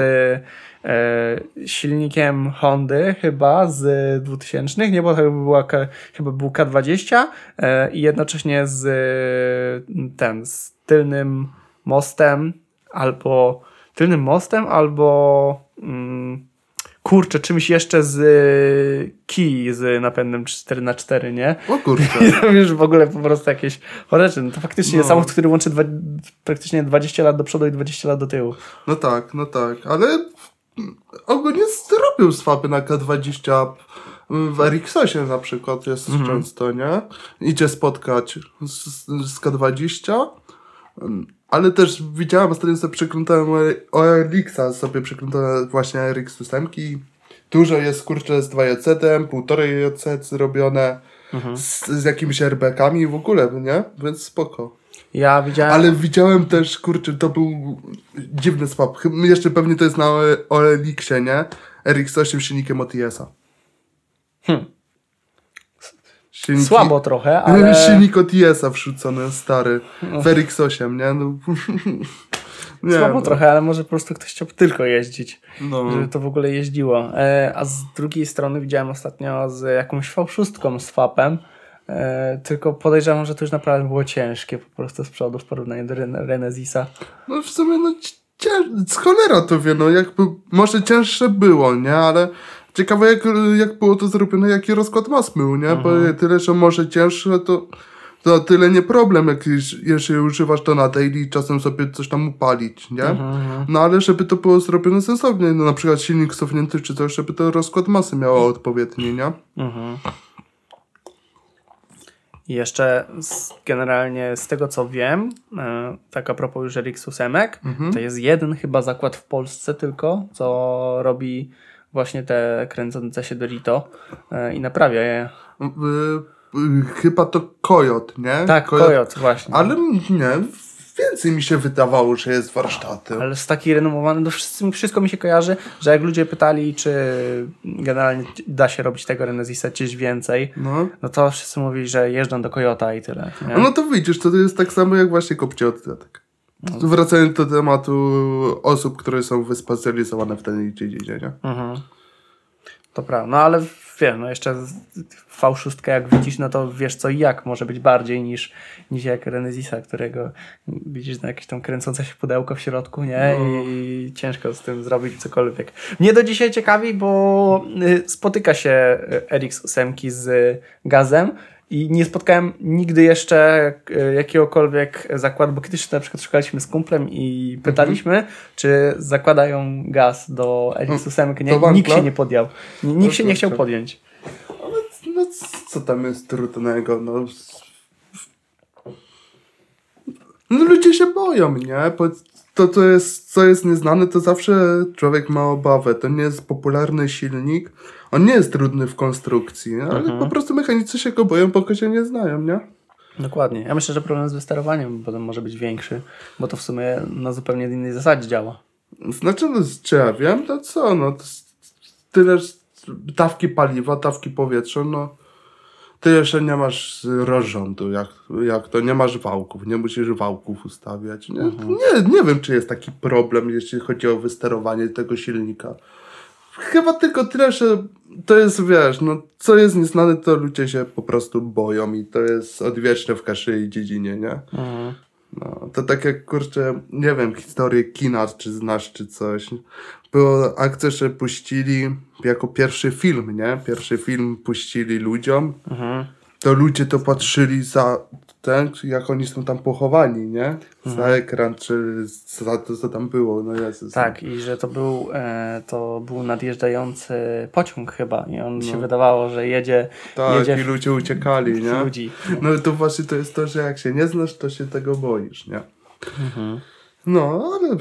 E, silnikiem Hondy chyba z dwutysięcznych, nie, bo to była, chyba był K dwadzieścia e, i jednocześnie z ten, z tylnym mostem albo tylnym mostem albo mm, kurczę, czymś jeszcze z kij z napędem cztery na cztery, nie? O kurczę. I to już w ogóle po prostu jakieś chore. No to faktycznie no. samochód, który łączy dwa, praktycznie dwadzieścia lat do przodu i dwadzieścia lat do tyłu. No tak, no tak, ale ogólnie zrobił swapy na K dwadzieścia w R X osiem na przykład jest mm-hmm. często, nie? Idzie spotkać z, z K dwadzieścia, ale też widziałem, ostatnio sobie przeglądałem o R X-a, sobie przeglądałem właśnie R X osiem. Dużo jest, kurczę, z dwa J Z, półtorej J Z zrobione mm-hmm. z, z jakimiś airbagami w ogóle, nie? Więc spoko. Ja widziałem... Ale widziałem też, kurczę, to był dziwny swap. Jeszcze pewnie to jest na O L X-ie, nie? R X osiem silnikiem O T S-a. Hmm. Silniki... Słabo trochę, ale... Silnik O T S-a wrzucony, stary. W R X osiem, nie? No... nie Słabo no. trochę, ale może po prostu ktoś chciał tylko jeździć. No. Żeby to w ogóle jeździło. E, a z drugiej strony widziałem ostatnio z jakąś V sześć swapem. E, tylko podejrzewam, że to już naprawdę było ciężkie po prostu z przodu w porównaniu do Ren- Renesisa. No w sumie no cięż... cholera to wie, no jakby może cięższe było, nie? Ale ciekawe jak, jak było to zrobione, jaki rozkład mas był, nie? Mhm. Bo tyle, że może cięższe to to tyle nie problem, jak jeżeli używasz to na daily czasem sobie coś tam upalić, nie? Mhm. No ale żeby to było zrobione sensownie, no na przykład silnik cofnięty czy coś, żeby to rozkład masy miało odpowiedni, nie? Mhm. I jeszcze z, generalnie z tego co wiem, e, tak a propos już R X osiem, mhm. to jest jeden chyba zakład w Polsce tylko, co robi właśnie te kręcące się Dorito e, i naprawia je. Y- y- chyba to Coyote, nie? Tak, Coyote, Coyote właśnie. Ale nie, więcej mi się wydawało, że jest warsztatem. Ale z taki renomowany, to wszystko, wszystko mi się kojarzy, że jak ludzie pytali, czy generalnie da się robić tego Renesisa gdzieś więcej, no, no to wszyscy mówili, że jeżdżą do Kojota i tyle. Nie? No to widzisz, to jest tak samo jak właśnie kopcie odsetek. No. Wracając do tematu osób, które są wyspecjalizowane w tej dziedzinie, nie? Mhm. To prawda, no ale wiem, no jeszcze V sześć jak widzisz, no to wiesz co i jak może być bardziej niż, niż jak Renesisa, którego widzisz na jakieś tam kręcące się pudełko w środku, nie? No. I ciężko z tym zrobić cokolwiek. Mnie do dzisiaj ciekawi, bo spotyka się R X osiem z gazem i nie spotkałem nigdy jeszcze jakiegokolwiek zakładu, bo kiedyś na przykład szukaliśmy z kumplem i pytaliśmy, mhm. czy zakładają gaz do R X osiem. Nie, nikt się nie podjął. Nikt się nie chciał podjąć. Ale no, co tam jest trudnego? No, no ludzie się boją, nie? To, to jest, co jest nieznane, to zawsze człowiek ma obawę. To nie jest popularny silnik. On nie jest trudny w konstrukcji, ale mhm. po prostu mechanicy się go boją, bo się nie znają, nie? Dokładnie. Ja myślę, że problem z wysterowaniem potem może być większy, bo to w sumie na zupełnie innej zasadzie działa. Znaczy, no, czy ja wiem, to co? No, to tyle dawki paliwa, dawki powietrza, no ty jeszcze nie masz rozrządu, jak, jak to, nie masz wałków, nie musisz wałków ustawiać. Nie? Mhm. nie, nie wiem, czy jest taki problem, jeśli chodzi o wysterowanie tego silnika. Chyba tylko tyle, że to jest, wiesz, no co jest nieznane, to ludzie się po prostu boją i to jest odwieczne w każdej dziedzinie, nie? Mhm. No, to tak jak, kurczę, nie wiem, historię kina, czy znasz, czy coś. Było akcja, że puścili jako pierwszy film, nie? Pierwszy film puścili ludziom. Mhm. To ludzie to patrzyli za ten, jak oni są tam pochowani, nie? Za mhm. ekran, czy za to, co tam było. No Jezus. Tak, i że to był, e, to był nadjeżdżający pociąg chyba i on no. się wydawało, że jedzie... Tak, jedzie i ludzie uciekali, nie? Ludzi. No to właśnie to jest to, że jak się nie znasz, to się tego boisz, nie? Mhm. No, ale...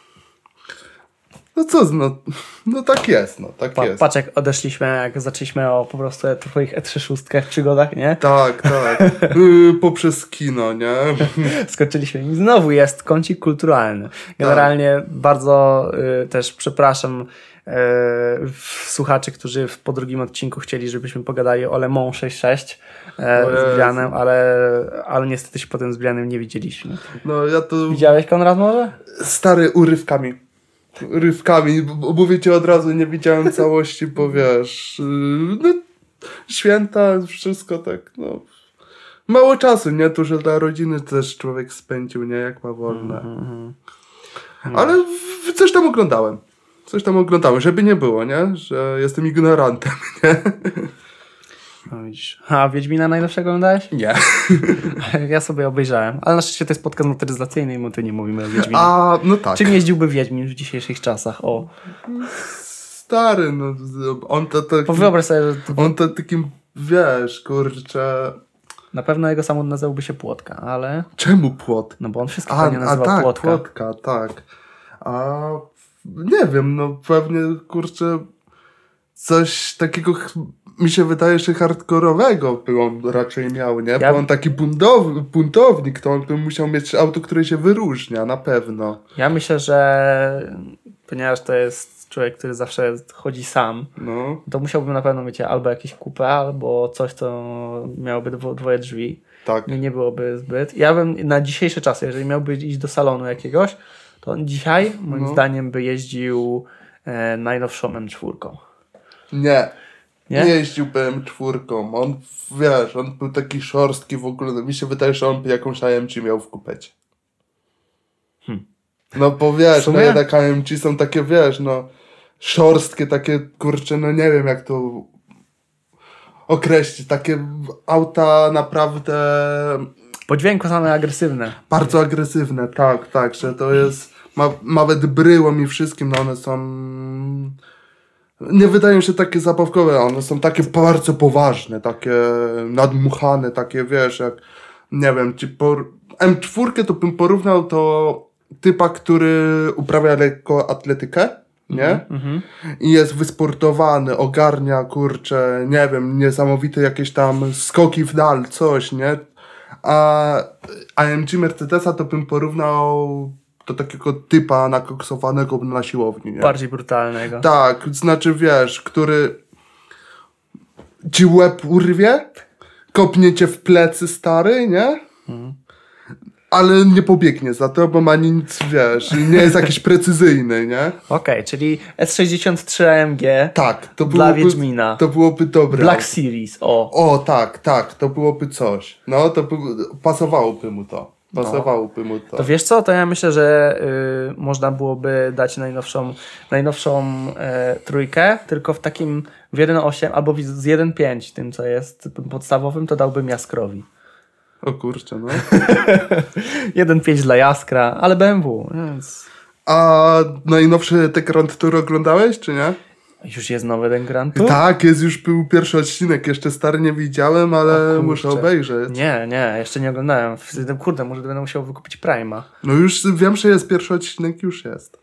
No co, no, no tak jest, no tak pa, jest. Patrz jak odeszliśmy, jak zaczęliśmy o po prostu twoich E trzy sześć przygodach, nie? Tak, tak. yy, poprzez kino, nie? Skoczyliśmy i znowu jest kącik kulturalny. Generalnie tak. bardzo y, też przepraszam y, słuchaczy, którzy po drugim odcinku chcieli, żebyśmy pogadali o Le Mans sześćdziesiąt sześć y, z Brianem, ale, ale niestety się potem z Brianem nie widzieliśmy. No ja to... Widziałeś, Konrad, może? Stary, urywkami. Rywkami, bo mówię ci od razu, nie widziałem całości, bo wiesz, no, święta, wszystko tak, no, mało czasu, nie, tu, że dla rodziny też człowiek spędził, nie, jak ma wolne. Mm-hmm. No. Ale w, coś tam oglądałem, coś tam oglądałem, żeby nie było, nie, że jestem ignorantem, nie. No widzisz. A Wiedźmina najnowszego oglądałeś? Nie. Ja sobie obejrzałem. Ale na szczęście to jest podcast motoryzacyjny i my tu nie mówimy o Wiedźminie. A, no tak. Czym jeździłby Wiedźmin w dzisiejszych czasach? O. Stary, no on to taki... Wyobraź sobie, że... To... On to takim, wiesz, kurczę... Na pewno jego samochód nazywałby się Płotka, ale... Czemu Płot? No bo on wszystko pewnie nazywał a tak, Płotka. Płotka, tak. A nie wiem, no pewnie, kurczę, coś takiego... Mi się wydaje, że hardkorowego by on raczej miał, nie? Ja... Bo on taki buntow- buntownik, to on by musiał mieć auto, które się wyróżnia, na pewno. Ja myślę, że ponieważ to jest człowiek, który zawsze chodzi sam, no. to musiałbym na pewno mieć albo jakieś coupé, albo coś, co miałoby dwo- dwoje drzwi. Tak. Nie, nie byłoby zbyt. Ja bym na dzisiejsze czasy, jeżeli miałby iść do salonu jakiegoś, to on dzisiaj, moim no. zdaniem, by jeździł e, najnowszą M cztery. Nie. Nie? Nie jeździł B M cztery. On, wiesz, on był taki szorstki w ogóle. Mi się wydaje, że on by jakąś A M G miał w kupecie. Hmm. No bo wiesz, no jednak A M G są takie, wiesz, no szorstkie, takie, kurczę, no nie wiem jak to określić. Takie auta naprawdę... Po dźwięku same agresywne. Bardzo agresywne, tak, tak, że to jest... Ma, nawet bryłom i wszystkim, no one są... Nie wydają się takie zabawkowe, one są takie bardzo poważne, takie nadmuchane, takie wiesz, jak nie wiem, ci por... M cztery to bym porównał do typa, który uprawia lekko atletykę, nie? Mm-hmm. I jest wysportowany, ogarnia, kurczę, nie wiem, niesamowite jakieś tam skoki w dal, coś, nie? A A M G Mercedesa to bym porównał do takiego typa nakoksowanego na siłowni, nie? Bardziej brutalnego. Tak, znaczy wiesz, który ci łeb urwie, kopnie cię w plecy stary, nie? Mhm. Ale nie pobiegnie za to, bo ma nic, wiesz, nie jest jakiś precyzyjny, nie? Okej, okay, czyli S sześćdziesiąt trzy A M G tak, to dla byłoby, Wiedźmina. To byłoby dobre. Black Series, o. O, tak, tak, to byłoby coś. No, to by, pasowałoby mu to. Pasowałoby mu to. To wiesz co, to ja myślę, że y, można byłoby dać najnowszą, najnowszą y, trójkę, tylko w takim w jeden osiem albo z jeden pięć, tym co jest podstawowym, to dałbym Jaskrowi. O kurczę, no. jeden pięć dla Jaskra, ale B M W, więc... A najnowszy te Grand Tour oglądałeś, czy nie? Już jest nowy ten Grand Tour? Tak, jest już był pierwszy odcinek, jeszcze stary nie widziałem, ale muszę obejrzeć. Nie, nie, jeszcze nie oglądałem. Kurde, może będę musiał wykupić Prime'a. No już wiem, że jest pierwszy odcinek, już jest.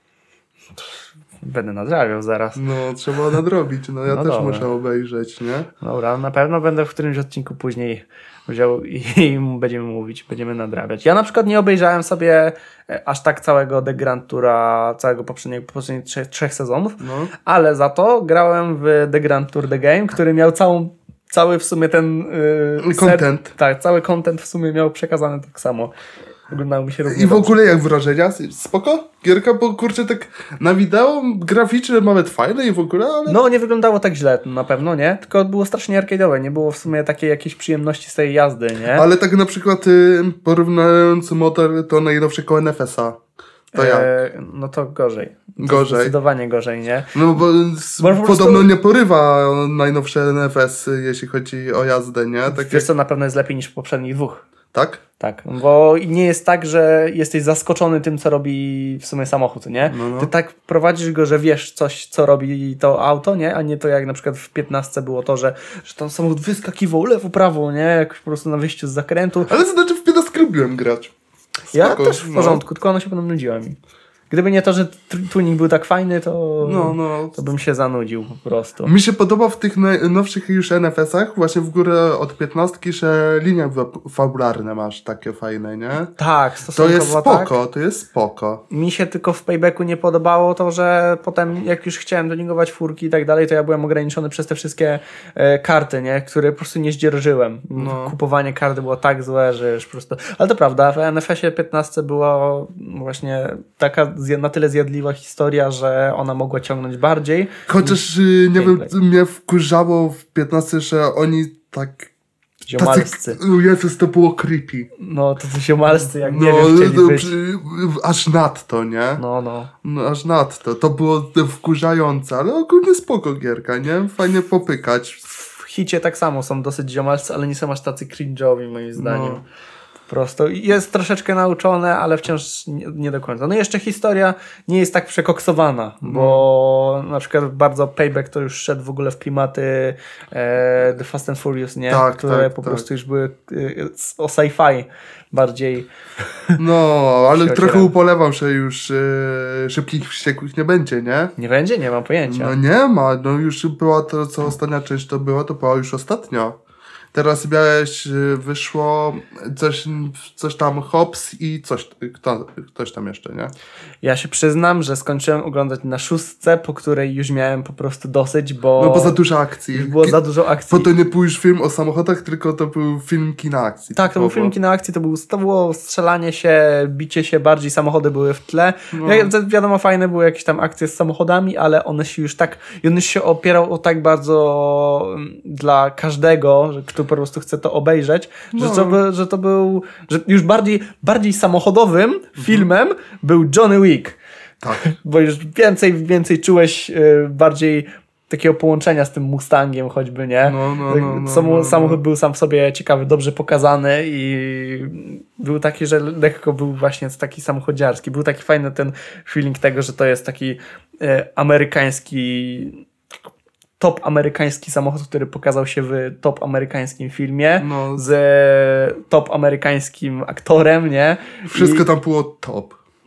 Będę nadrabiał zaraz. No, trzeba nadrobić, no ja no też dobra. Muszę obejrzeć, nie? Dobra, na pewno będę w którymś odcinku później wziął i, i będziemy mówić, będziemy nadrabiać. Ja na przykład nie obejrzałem sobie aż tak całego The Grand Toura, całego poprzedniego, poprzednich trzech, trzech sezonów, no. Ale za to grałem w The Grand Tour The Game, który miał całą, cały w sumie ten... Yy, content. Ser, tak, cały content w sumie miał przekazany tak samo. Oglądało mi się równie I w dobrze. ogóle jak wrażenia? Spoko? Gierka, bo kurczę tak na wideo graficzne nawet fajne i w ogóle, ale... No nie wyglądało tak źle, na pewno, nie? Tylko było strasznie arcade'owe, nie było w sumie takiej jakiejś przyjemności z tej jazdy, nie? Ale tak na przykład y, porównując model do najnowszego N F S-a, to jak? E, no to gorzej. Gorzej. Zdecydowanie gorzej, nie? No bo, z, bo po podobno prostu... nie porywa najnowsze N F S, jeśli chodzi o jazdę, nie? Tak Wiesz jak... co, na pewno jest lepiej niż w poprzednich dwóch. Tak? Tak, bo nie jest tak, że jesteś zaskoczony tym, co robi w sumie samochód, nie? No, no. Ty tak prowadzisz go, że wiesz coś, co robi to auto, nie? A nie to jak na przykład w piętnastce było to, że, że tam samochód wyskakiwał lewo, prawo, nie? Jak po prostu na wyjściu z zakrętu. Ale to znaczy w piętnastce lubiłem grać. Spoko, ja też w porządku, no. Tylko ona się potem nudziła mi. Gdyby nie to, że tuning był tak fajny, to, no, no. to bym się zanudził po prostu. Mi się podoba w tych nowszych już N F S-ach, właśnie w górę od piętnastki, że linie fabularne masz takie fajne, nie? Tak, to jest spoko, tak. To jest spoko. Mi się tylko w Paybacku nie podobało to, że potem jak już chciałem tuningować furki i tak dalej, to ja byłem ograniczony przez te wszystkie e, karty, nie? Które po prostu nie zdzierżyłem. No. Kupowanie karty było tak złe, że już po prostu... Ale to prawda, w N F S-ie piętnastce była właśnie taka na tyle zjadliwa historia, że ona mogła ciągnąć bardziej. Chociaż nie gameplay. Wiem, mnie wkurzało w piętnastce, że oni tak... Ziomalscy. Tacy, Jezus, to było creepy. No, to ziomalscy, jak no, nie wiem, chcieli to, być. Aż nadto, nie? No, no. No, aż nadto. To było wkurzające, ale ogólnie spoko gierka, nie? Fajnie popykać. W hicie tak samo są dosyć ziomalscy, ale nie są aż tacy cringe'owi, moim zdaniem. No. Prosto. Jest troszeczkę nauczone, ale wciąż nie, nie do końca. No i jeszcze historia nie jest tak przekoksowana, no. Bo na przykład bardzo Payback to już szedł w ogóle w klimaty e, The Fast and Furious, nie? Tak, które tak, po tak. prostu już były e, o sci-fi bardziej. No, ale trochę upolewam, że już e, szybkich wściekłych nie będzie, nie? Nie będzie? Nie mam pojęcia. No nie ma, no już była to, co ostatnia część to była, to była już ostatnia. Teraz miałeś, wyszło coś, coś tam Hobbs i coś, kto, ktoś tam jeszcze, nie? Ja się przyznam, że skończyłem oglądać na szóstce, po której już miałem po prostu dosyć, bo... No bo za dużo akcji. Już było za dużo akcji. Bo to nie był już film o samochodach, tylko to był film kina akcji. Tak, to był film kina akcji, to, był, to było strzelanie się, bicie się, bardziej samochody były w tle. No. Ja, wiadomo, fajne były jakieś tam akcje z samochodami, ale one się już tak, i on już się opierał o tak bardzo dla każdego, że kto po prostu chce to obejrzeć, no. że, to by, że to był, że już bardziej, bardziej samochodowym mhm. filmem był Johnny Wick. Tak. Bo już więcej, więcej czułeś y, bardziej takiego połączenia z tym Mustangiem choćby, nie? No, no, no, no, Sam, no, samochód no. był sam w sobie ciekawy, dobrze pokazany i był taki, że lekko był właśnie taki samochodziarski. Był taki fajny ten feeling tego, że to jest taki y, amerykański top amerykański samochód, który pokazał się w top amerykańskim filmie no. z top amerykańskim aktorem, nie? Wszystko I... tam było top.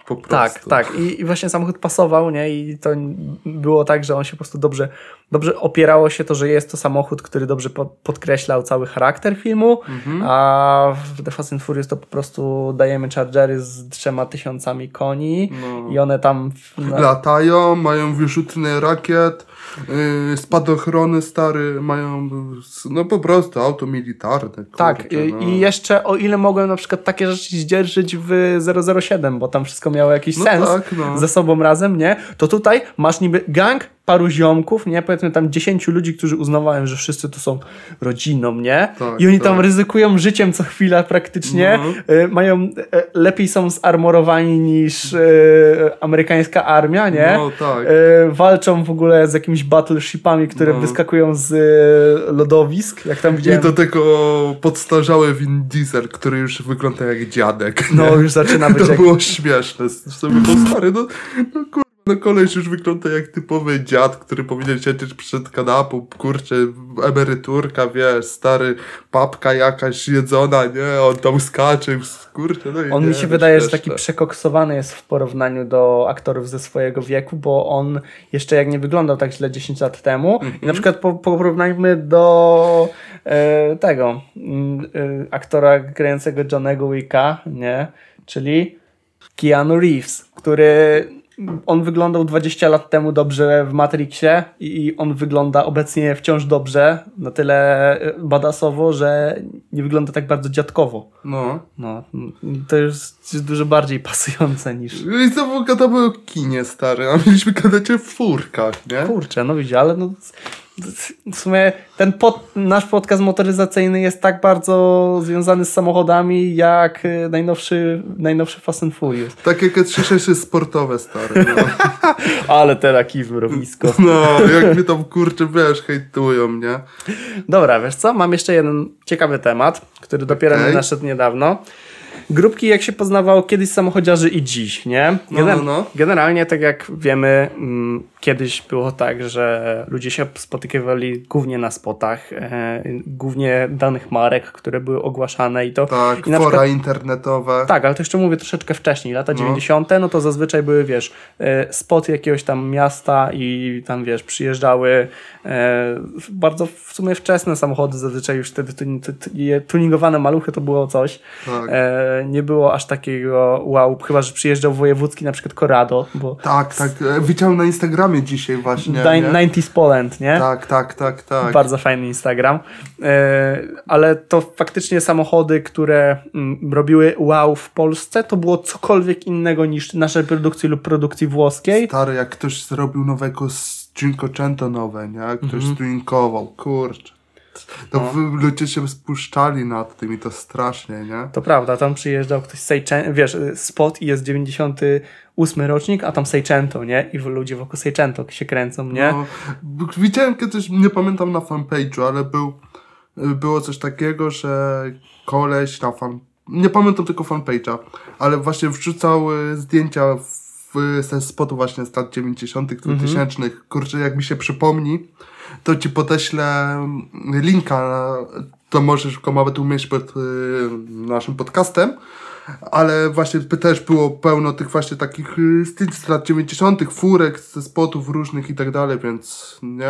po prostu. Tak, tak. I, i właśnie samochód pasował, nie? I to było tak, że on się po prostu dobrze, dobrze opierało się to, że jest to samochód, który dobrze po, podkreślał cały charakter filmu, mhm. a w The Fast and Furious to po prostu dajemy Chargery z trzema tysiącami koni no. i one tam... No... latają, mają wyrzutnie rakiet, yy, spadochrony stary, mają no po prostu auto militarne. Kurczę, tak, no. i jeszcze o ile mogłem na przykład takie rzeczy zdzierżyć w zero zero siedem, bo tam wszystko miało jakiś no sens tak, no. ze sobą razem, nie? To tutaj masz niby gang, paru ziomków, nie? Powiedzmy tam dziesięciu ludzi, którzy uznawałem, że wszyscy tu są rodziną, nie? Tak, I oni tak. tam ryzykują życiem co chwila praktycznie. No. Y, mają, y, lepiej są zarmorowani niż y, amerykańska armia, nie? No, tak. Y, walczą w ogóle z jakimiś battleshipami, które no. wyskakują z y, lodowisk, jak tam widziałem. I do tego podstarzały Vin Diesel, który już wygląda jak dziadek. No, już zaczyna być To jak... było śmieszne. Sobie to stary, no, no kur... No koleś już wygląda jak typowy dziad, który powinien siedzieć przed kanapą, kurczę, emeryturka, wiesz, stary, papka jakaś jedzona, nie, on tam skacze, kurczę, no i On nie, mi się no wydaje, śmieszne. że taki przekoksowany jest w porównaniu do aktorów ze swojego wieku, bo on jeszcze jak nie wyglądał tak źle dziesięć lat temu mm-hmm. i na przykład po, porównajmy do e, tego e, aktora grającego Johnnego Wicka, nie, czyli Keanu Reeves, który on wyglądał dwadzieścia lat temu dobrze w Matrixie i on wygląda obecnie wciąż dobrze, na tyle badassowo, że nie wygląda tak bardzo dziadkowo. No. No, to jest dużo bardziej pasujące niż... I znowu gadamy o kinie, stary, a mieliśmy gadać o furkach, nie? Kurczę, no widzisz, ale no... W sumie ten pod, nasz podcast motoryzacyjny jest tak bardzo związany z samochodami jak najnowszy, najnowszy Fast and Furious. Tak jak E trzysta sześćdziesiąt jest sportowe, stary. No. Ale teraki w mrowisko. No, jak mnie tam kurczę, wiesz, hejtują, nie? Dobra, wiesz co? Mam jeszcze jeden ciekawy temat, który dopiero okay. mi naszedł niedawno. Grupki, jak się poznawało kiedyś samochodziarzy i dziś, nie? Gener- no, no, no. Generalnie, tak jak wiemy, m, kiedyś było tak, że ludzie się spotykali głównie na spotach, e, głównie danych marek, które były ogłaszane i to... Tak, i na fora przykład, internetowe. Tak, ale to jeszcze mówię troszeczkę wcześniej, lata no. dziewięćdziesiąte, no to zazwyczaj były, wiesz, e, spot jakiegoś tam miasta i tam, wiesz, przyjeżdżały e, bardzo w sumie wczesne samochody, zazwyczaj już wtedy tun- t- t- tuningowane maluchy to było coś. Tak. E, nie było aż takiego wow, chyba że przyjeżdżał wojewódzki, na przykład Corrado. Bo tak, tak. Widziałem na Instagramie dzisiaj właśnie. dziewięćdziesiąt Poland, nie? Tak, tak, tak, tak. Bardzo fajny Instagram. E, ale to faktycznie samochody, które m, robiły wow w Polsce, to było cokolwiek innego niż nasze produkcji lub produkcji włoskiej. Stary, jak ktoś zrobił nowego z Cinquecento nowe, nie? Jak ktoś mm-hmm. tuninkował, kurczę. To no. ludzie się spuszczali nad tym i to strasznie, nie? To prawda, tam przyjeżdżał ktoś z Seicento, wiesz, spot i jest dziewięćdziesiąty ósmy rocznik, a tam Seicento, nie? I ludzie wokół Seicento się kręcą, nie? No, widziałem kiedyś, nie pamiętam na fanpage'u, ale był, było coś takiego, że koleś na fan... Nie pamiętam tylko fanpage'a, ale właśnie wrzucał zdjęcia w, ze spotu właśnie z lat dziewięćdziesiątych, dwutysięcznych. Mm-hmm. Kurczę, jak mi się przypomni, to ci podeślę linka, to możesz go nawet umieć pod y, naszym podcastem, ale właśnie też było pełno tych właśnie takich zdjęć z lat dziewięćdziesiątych, furek, ze spotów różnych i tak dalej, więc nie...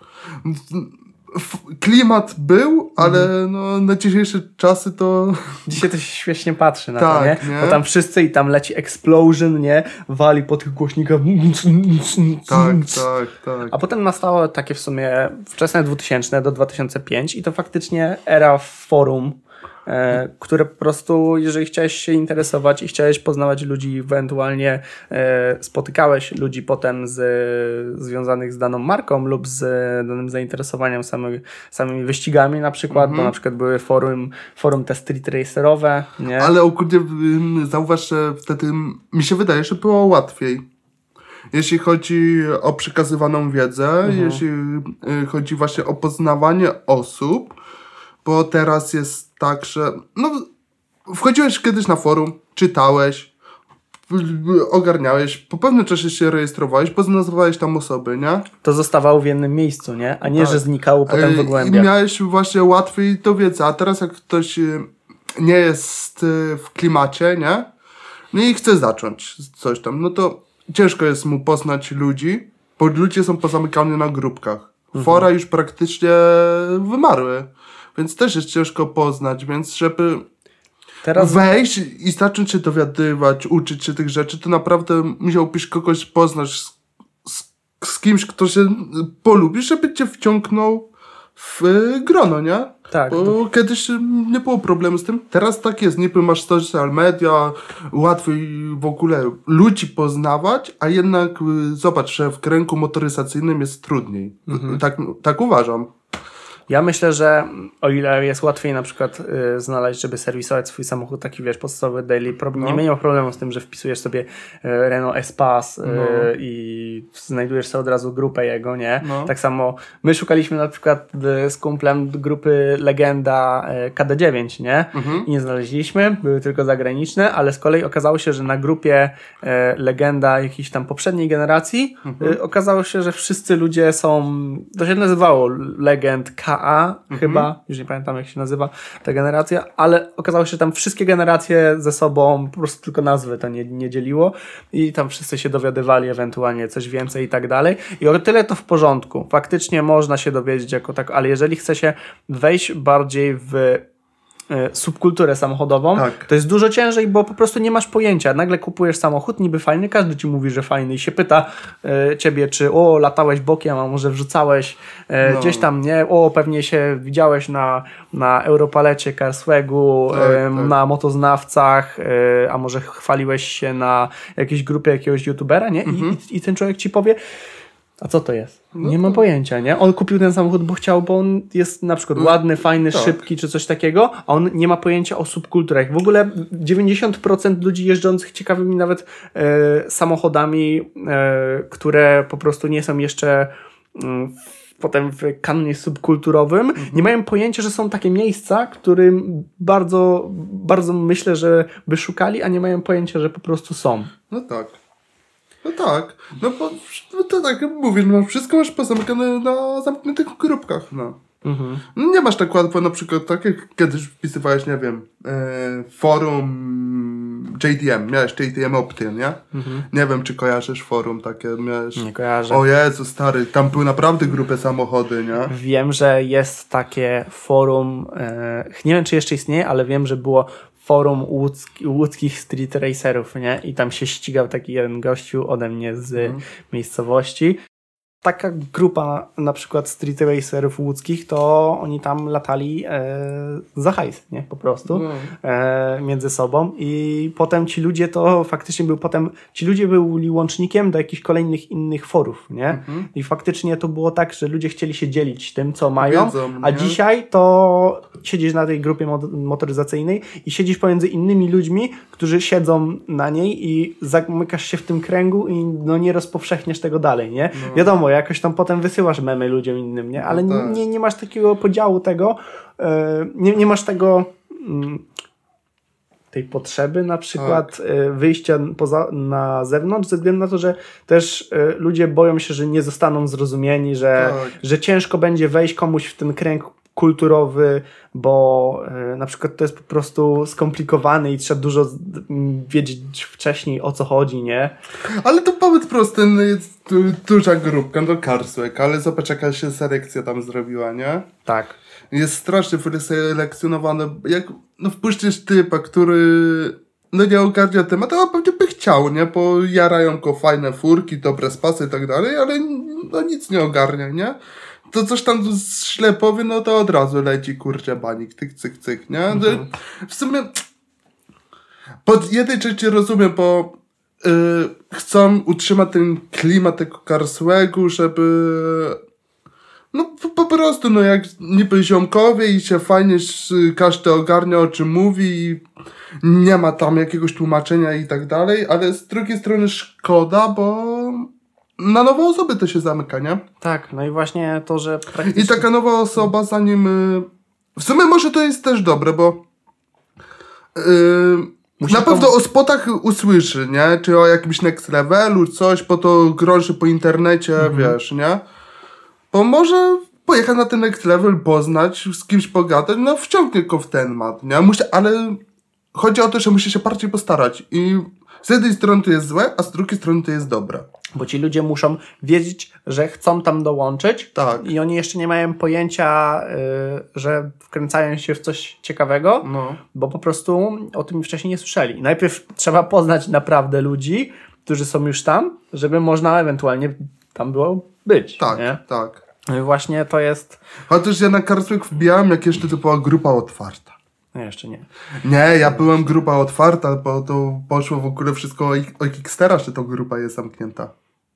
Klimat był, ale mm. no, na dzisiejsze czasy to... Dzisiaj to się śmiesznie patrzy na tak, to, nie? nie? Bo tam wszyscy i tam leci explosion, nie? Wali po tych głośnikach. Tak, tak, tak. A potem nastało takie w sumie wczesne dwutysięczne do dwa tysiące piątego i to faktycznie era forum, e, które po prostu, jeżeli chciałeś się interesować i chciałeś poznawać ludzi, ewentualnie e, spotykałeś ludzi potem z, związanych z daną marką lub z danym zainteresowaniem samymi, samymi wyścigami na przykład, mhm. bo na przykład były forum, forum te street racerowe, nie? Ale ogólnie zauważ, że wtedy mi się wydaje, że było łatwiej. Jeśli chodzi o przekazywaną wiedzę, mhm. jeśli chodzi właśnie o poznawanie osób, bo teraz jest tak, że no, wchodziłeś kiedyś na forum, czytałeś, ogarniałeś, po pewnym czasie się rejestrowałeś, poznawałeś tam osoby, nie? To zostawało w jednym miejscu, nie? A nie, tak. że znikało potem w głębiach. I miałeś właśnie łatwiej to wiedzę, a teraz jak ktoś nie jest w klimacie, nie? No i chce zacząć coś tam. No to ciężko jest mu poznać ludzi, bo ludzie są pozamykani na grupkach. Fora już praktycznie wymarły, więc też jest ciężko poznać, więc żeby Teraz... wejść i zacząć się dowiadywać, uczyć się tych rzeczy, to naprawdę musiałbyś kogoś poznać z, z, z kimś, kto się polubi, żeby cię wciągnął w grono, nie? Tak. Bo to... kiedyś nie było problemu z tym. Teraz tak jest. Niby masz social media, łatwiej w ogóle ludzi poznawać, a jednak zobacz, że w kręgu motoryzacyjnym jest trudniej. Mhm. Tak, tak uważam. Ja myślę, że o ile jest łatwiej na przykład y, znaleźć, żeby serwisować swój samochód, taki wiesz, podstawowy daily, pro- no. nie miał problemu z tym, że wpisujesz sobie y, Renault Espace y, no. i znajdujesz sobie od razu grupę jego, nie? No. Tak samo my szukaliśmy na przykład y, z kumplem grupy Legenda y, K D dziewięć, nie? Mhm. I nie znaleźliśmy, były tylko zagraniczne, ale z kolei okazało się, że na grupie y, Legenda jakiejś tam poprzedniej generacji mhm. y, okazało się, że wszyscy ludzie są, to się nazywało Legend K A mhm. chyba, już nie pamiętam jak się nazywa ta generacja, ale okazało się, że tam wszystkie generacje ze sobą po prostu tylko nazwy to nie, nie dzieliło i tam wszyscy się dowiadywali ewentualnie coś więcej i tak dalej i o tyle to w porządku, faktycznie można się dowiedzieć jako tak, ale jeżeli chce się wejść bardziej w subkulturę samochodową, tak. to jest dużo ciężej, bo po prostu nie masz pojęcia. Nagle kupujesz samochód, niby fajny, każdy ci mówi, że fajny i się pyta e, ciebie, czy o, latałeś bokiem, a może wrzucałeś e, no. gdzieś tam, nie? O, pewnie się widziałeś na, na Europalecie, Carswagu, tak, e, tak. na motoznawcach, e, a może chwaliłeś się na jakiejś grupie jakiegoś youtubera, nie? Mhm. I, I ten człowiek ci powie, a co to jest? No nie to... mam pojęcia, nie? On kupił ten samochód, bo chciał, bo on jest na przykład ładny, fajny, tak. szybki, czy coś takiego, a on nie ma pojęcia o subkulturach. W ogóle dziewięćdziesiąt procent ludzi jeżdżących ciekawymi nawet e, samochodami, e, które po prostu nie są jeszcze mm, w, potem w kanonie subkulturowym, mhm. nie mają pojęcia, że są takie miejsca, którym bardzo, bardzo myślę, że by szukali, a nie mają pojęcia, że po prostu są. No tak. No tak, no bo no to tak jak mówisz, no wszystko masz pozamykane na zamkniętych grupkach, no. Mhm. No nie masz tak łatwo, na przykład tak jak kiedyś wpisywałeś, nie wiem, e, forum J D M, miałeś J D M Opty, nie? Mhm. Nie wiem, czy kojarzysz forum takie, miałeś... Nie kojarzę. O Jezu, stary, tam były naprawdę grupy samochody, nie? Wiem, że jest takie forum, e, nie wiem, czy jeszcze istnieje, ale wiem, że było forum łódzki, łódzkich street racerów, nie? I tam się ścigał taki jeden gościu ode mnie z mm. miejscowości. Taka grupa na przykład street racerów łódzkich, to oni tam latali e, za hajs, nie? Po prostu mm. e, między sobą i potem ci ludzie to faktycznie był potem, ci ludzie byli łącznikiem do jakichś kolejnych innych forów, nie? Mm-hmm. I faktycznie to było tak, że ludzie chcieli się dzielić tym, co mają, Wiedzą, a nie? dzisiaj to siedzisz na tej grupie motoryzacyjnej i siedzisz pomiędzy innymi ludźmi, którzy siedzą na niej i zamykasz się w tym kręgu i no nie rozpowszechniasz tego dalej, nie? No. Wiadomo, jakoś tam potem wysyłasz memy ludziom innym, nie? Ale no tak. nie, nie masz takiego podziału tego, yy, nie, nie masz tego yy, tej potrzeby na przykład tak. yy, wyjścia poza, na zewnątrz, ze względu na to, że też yy, ludzie boją się, że nie zostaną zrozumieni, że, tak. że ciężko będzie wejść komuś w ten kręg kulturowy, bo y, na przykład to jest po prostu skomplikowane i trzeba dużo z, m, wiedzieć wcześniej, o co chodzi, nie? Ale to powiedz prosto, jest tu, duża grupka, no Carswag, ale zobacz jaka się selekcja tam zrobiła, nie? Tak. Jest strasznie wyselekcjonowane, jak no wpuścisz typa, który no nie ogarnia tematu, a pewnie by chciał, nie? Bo jarają go fajne furki, dobre spasy i tak dalej, ale no nic nie ogarnia, nie? To coś tam ślepowy, no to od razu leci, kurczę, banik, tyk, cyk, cyk, nie? Mhm. W sumie pod jednej części rozumiem, bo yy, chcą utrzymać ten klimat tego Carswagu, żeby no po, po prostu, no jak niby ziomkowie i się fajnie każdy ogarnia, o czym mówi i nie ma tam jakiegoś tłumaczenia i tak dalej, ale z drugiej strony szkoda, bo na nowe osoby to się zamyka, nie? Tak, no i właśnie to, że praktycznie... I taka nowa osoba zanim... W sumie może to jest też dobre, bo yy, na pewno komu... o spotach usłyszy, nie? Czy o jakimś next levelu, coś, po to groszy po internecie, mhm. wiesz, nie? Bo może pojechać na ten next level, poznać, z kimś pogadać, no wciągnie go w ten mat, nie? Musi, ale chodzi o to, że musi się bardziej postarać i Z jednej strony to jest złe, a z drugiej strony to jest dobre. Bo ci ludzie muszą wiedzieć, że chcą tam dołączyć tak. i oni jeszcze nie mają pojęcia, y, że wkręcają się w coś ciekawego, no. bo po prostu o tym wcześniej nie słyszeli. Najpierw trzeba poznać naprawdę ludzi, którzy są już tam, żeby można ewentualnie tam było być. Tak, nie? tak. No i właśnie to jest... Chociaż ja na Karlsruhe wbijałem, jak jeszcze to była grupa otwarta. No jeszcze nie. Nie, ja byłem grupa otwarta, bo to poszło w ogóle wszystko o, o Kickstera, że to grupa jest zamknięta.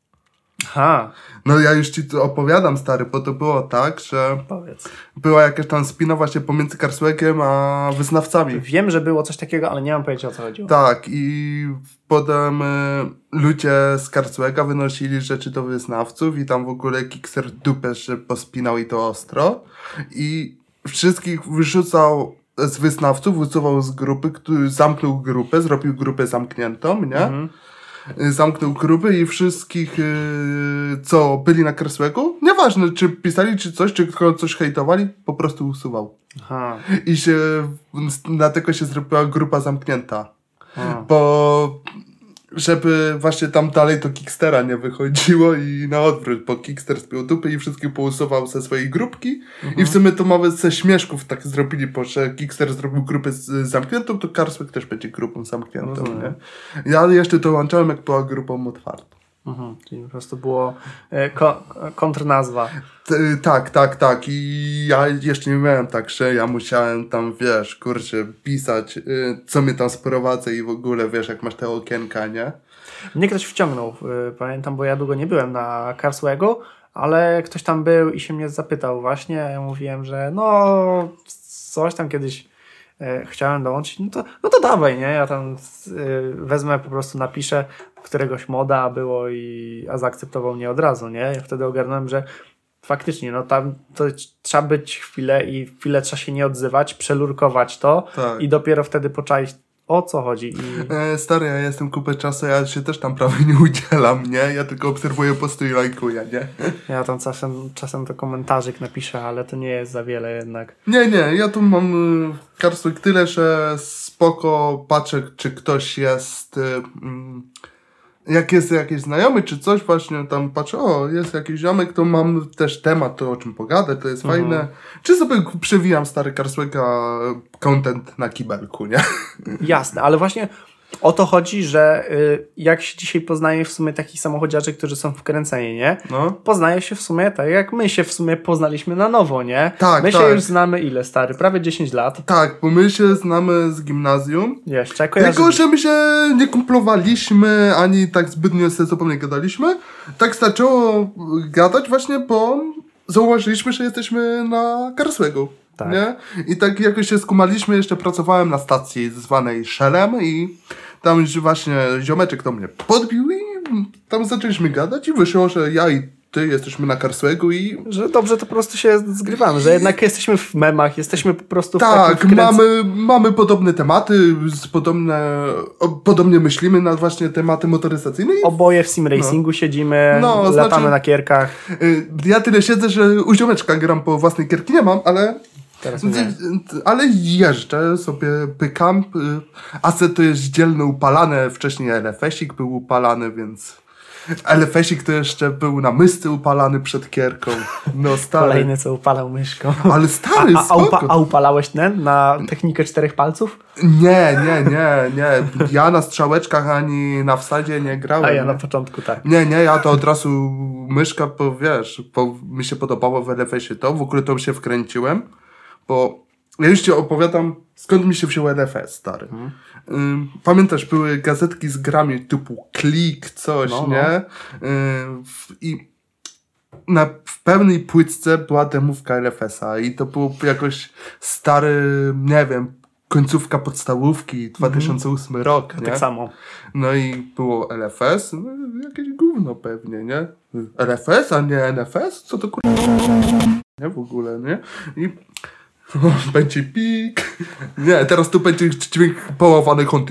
Aha. No ja już ci to opowiadam, stary, bo to było tak, że Powiedz. była jakaś tam spina właśnie pomiędzy Karlsruhem a wyznawcami. Wiem, że było coś takiego, ale nie mam pojęcia, o co chodziło. Tak, i potem y, ludzie z Karlsruhega wynosili rzeczy do wyznawców i tam w ogóle Kickster dupę, że pospinał i to ostro. I wszystkich wyrzucał z wyznawców, usuwał z grupy, który zamknął grupę, zrobił grupę zamkniętą, nie? Mhm. Zamknął grupy i wszystkich, yy, co byli na Karlsruhegu, nieważne, czy pisali, czy coś, czy coś hejtowali, po prostu usuwał. Aha. I się, dlatego się zrobiła grupa zamknięta. Aha. Bo żeby właśnie tam dalej to Kickstera nie wychodziło i na odwrót, bo Kickster spiął dupy i wszystkich pousuwał ze swojej grupki. Mhm. I w sumie to nawet ze śmieszków tak zrobili, bo że Kickster zrobił grupę z, zamkniętą, to Karlsruhe też będzie grupą zamkniętą. Nie? Ja jeszcze dołączałem, jak była grupą otwartą. Mhm, czyli po prostu było e, ko- kontrnazwa. T- tak, tak, tak. I ja jeszcze nie miałem tak, że ja musiałem tam, wiesz, kurczę, pisać, y, co mnie tam sprowadza i w ogóle, wiesz, jak masz te okienka, nie? Mnie ktoś wciągnął, y, pamiętam, bo ja długo nie byłem na Karlsruhegu, ale ktoś tam był i się mnie zapytał właśnie, ja mówiłem, że no coś tam kiedyś e, chciałem dołączyć, no to, no to dawaj, nie? Ja tam y, wezmę, po prostu napiszę, któregoś moda było i a zaakceptował mnie od razu, nie? Ja wtedy ogarnąłem, że faktycznie, no tam to trzeba być chwilę i chwilę trzeba się nie odzywać, przelurkować to tak. I dopiero wtedy poczaić, o co chodzi. I... E, stary, ja jestem kupę czasu, ja się też tam prawie nie udzielam, nie? Ja tylko obserwuję posty i lajkuję, nie? Ja tam czasem, czasem to komentarzyk napiszę, ale to nie jest za wiele jednak. Nie, nie, ja tu mam y, Karlsruhe tyle, że spoko patrzę, czy ktoś jest... Y, y, jak jest jakiś znajomy czy coś, właśnie tam patrzę, o, jest jakiś ziomek, to mam też temat, to o czym pogadać, to jest mhm. fajne. Czy sobie przewijam stary Karlsruhega content na kibelku, nie? Jasne, ale właśnie o to chodzi, że y, jak się dzisiaj poznaje w sumie takich samochodziarzy, którzy są wkręceni, nie? No. Poznaje się w sumie tak, jak my się w sumie poznaliśmy na nowo, nie? Tak, My tak. się już znamy ile, stary? Prawie dziesięć lat. Tak, bo my się znamy z gimnazjum. Jeszcze, kojarzy... Tylko, że my się nie kumplowaliśmy, ani tak zbytnio ze sobą nie gadaliśmy. Tak zaczęło gadać właśnie, bo zauważyliśmy, że jesteśmy na Karlsruhegu. Tak. Nie? I tak jakoś się skumaliśmy, jeszcze pracowałem na stacji zwanej Shellem i tam już właśnie ziomeczek do mnie podbił i tam zaczęliśmy gadać i wyszło, że ja i ty jesteśmy na Karlsruhegu i... Że dobrze to po prostu się zgrywamy, że jednak jesteśmy w memach, jesteśmy po prostu w tak, takim wkręc... mamy, mamy podobne tematy, podobne, o, podobnie myślimy na właśnie tematy motoryzacyjne. I... Oboje w sim racingu no. siedzimy, no, latamy znaczy, na kierkach. Ja tyle siedzę, że u ziomeczka gram, po własnej kierki nie mam, ale... Teraz nie. Ale jeżdżę sobie, pykam. Ace to jest dzielne upalane, wcześniej L F S-ik był upalany, więc L F S-ik to jeszcze był na mysce upalany przed kierką. No stary. Kolejny, co upalał myszką. Ale stary, a, a, a, upa- a upalałeś ten na technikę czterech palców? Nie, nie, nie, nie. Ja na strzałeczkach ani na wsadzie nie grałem. A ja nie? na początku tak. Nie, nie, ja to od razu myszka, bo wiesz, bo mi się podobało w L F S-ie to, w ogóle to się wkręciłem. Bo ja już ci opowiadam, skąd mi się wziął L F S, stary. Hmm. Ym, pamiętasz, były gazetki z grami typu Klik, coś, no, nie? No. Ym, w, I na, w pełnej płytce była demówka L F S-a i to był jakoś stary, nie wiem, końcówka podstawówki, dwa tysiące ósmy mm. rok, nie? Tak samo. No i było L F S, no, jakieś gówno pewnie, nie? L F S, a nie N F S? Co to kurwa? Nie, w ogóle, nie? I o, będzie pik. Nie, teraz tu będzie dźwięk połamany kąty.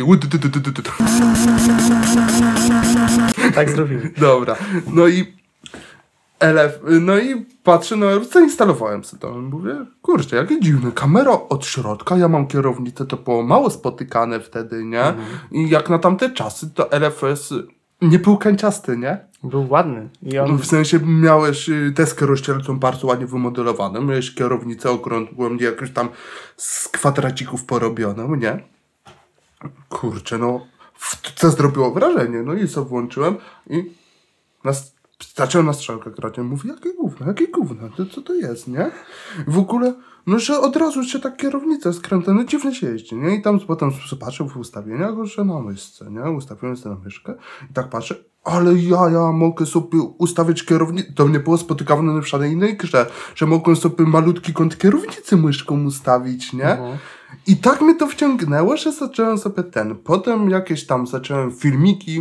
Tak zrobimy. Dobra. No i Elef, no i patrzę, no zainstalowałem sobie to. Mówię, kurczę, jakie dziwne. Kamera od środka, ja mam kierownicę, to było mało spotykane wtedy, nie? Mhm. I jak na tamte czasy, to L F S nie był kanciasty, nie? Był ładny. I on... W sensie miałeś deskę rozdzielczą bardzo ładnie wymodelowaną, miałeś kierownicę okrągłą, jakoś tam z kwadracików porobioną, nie? Kurczę, no, co zrobiło wrażenie. No i co włączyłem i nas... zacząłem na strzelkę grać. Ja mówię, jakie gówno, jakie gówno, to co to jest, nie? W ogóle, no że od razu się ta kierownica skręca, no dziwnie się jeździ, nie? I tam potem zobaczył w ustawieniach, że na myszce, nie? Ustawiłem sobie na myszkę i tak patrzę, ale ja, ja mogę sobie ustawić kierownicę. To nie było spotykane w żadnej innej grze, że mogłem sobie malutki kąt kierownicy myszką ustawić, nie? Mhm. I tak mnie to wciągnęło, że zacząłem sobie ten. Potem jakieś tam zacząłem filmiki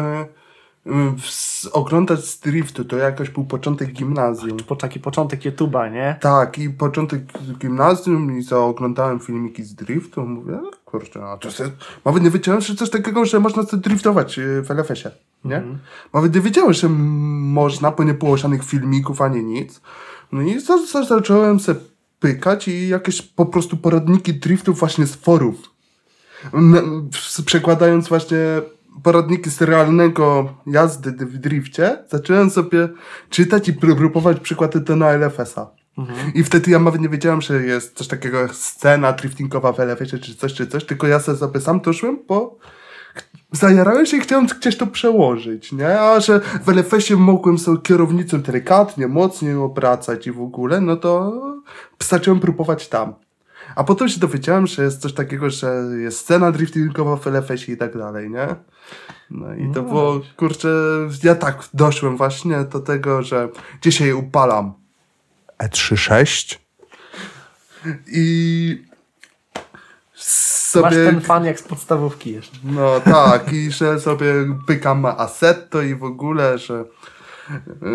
yy, w, oglądać z driftu. To jakoś był początek gimnazjum. Po taki początek YouTube'a, nie? Tak, i początek gimnazjum i co oglądałem filmiki z driftu. Mówię, kurczę, a to jest... Nawet nie wiedziałem, że coś takiego, że można sobie driftować w L F S ie, nie? Mm. Nawet nie wiedziałem, że można, bo nie było żadnych filmików ani nic. No i za, za, zacząłem sobie pykać i jakieś po prostu poradniki driftów właśnie z forów. Przekładając właśnie poradniki z realnego jazdy w drifcie, zacząłem sobie czytać i próbować przykłady to na L F S a. Mhm. I wtedy ja nawet nie wiedziałem, że jest coś takiego jak scena driftingowa w L F S ie, czy coś, czy coś, tylko ja sobie sam doszłem, bo zajarałem się i chciałem gdzieś to przełożyć, nie? A że w L F S ie mogłem sobie kierownicą delikatnie, mocniej obracać i w ogóle, no to zacząłem próbować tam. A potem się dowiedziałem, że jest coś takiego, że jest scena driftingowa w L F S ie i tak dalej, nie? No i to no. było, kurczę, ja tak doszłem właśnie do tego, że dzisiaj upalam E trzy sześć i sobie... Masz ten fan jak z podstawówki jeszcze. No tak, i że sobie pykam Assetto i w ogóle, że... Yy,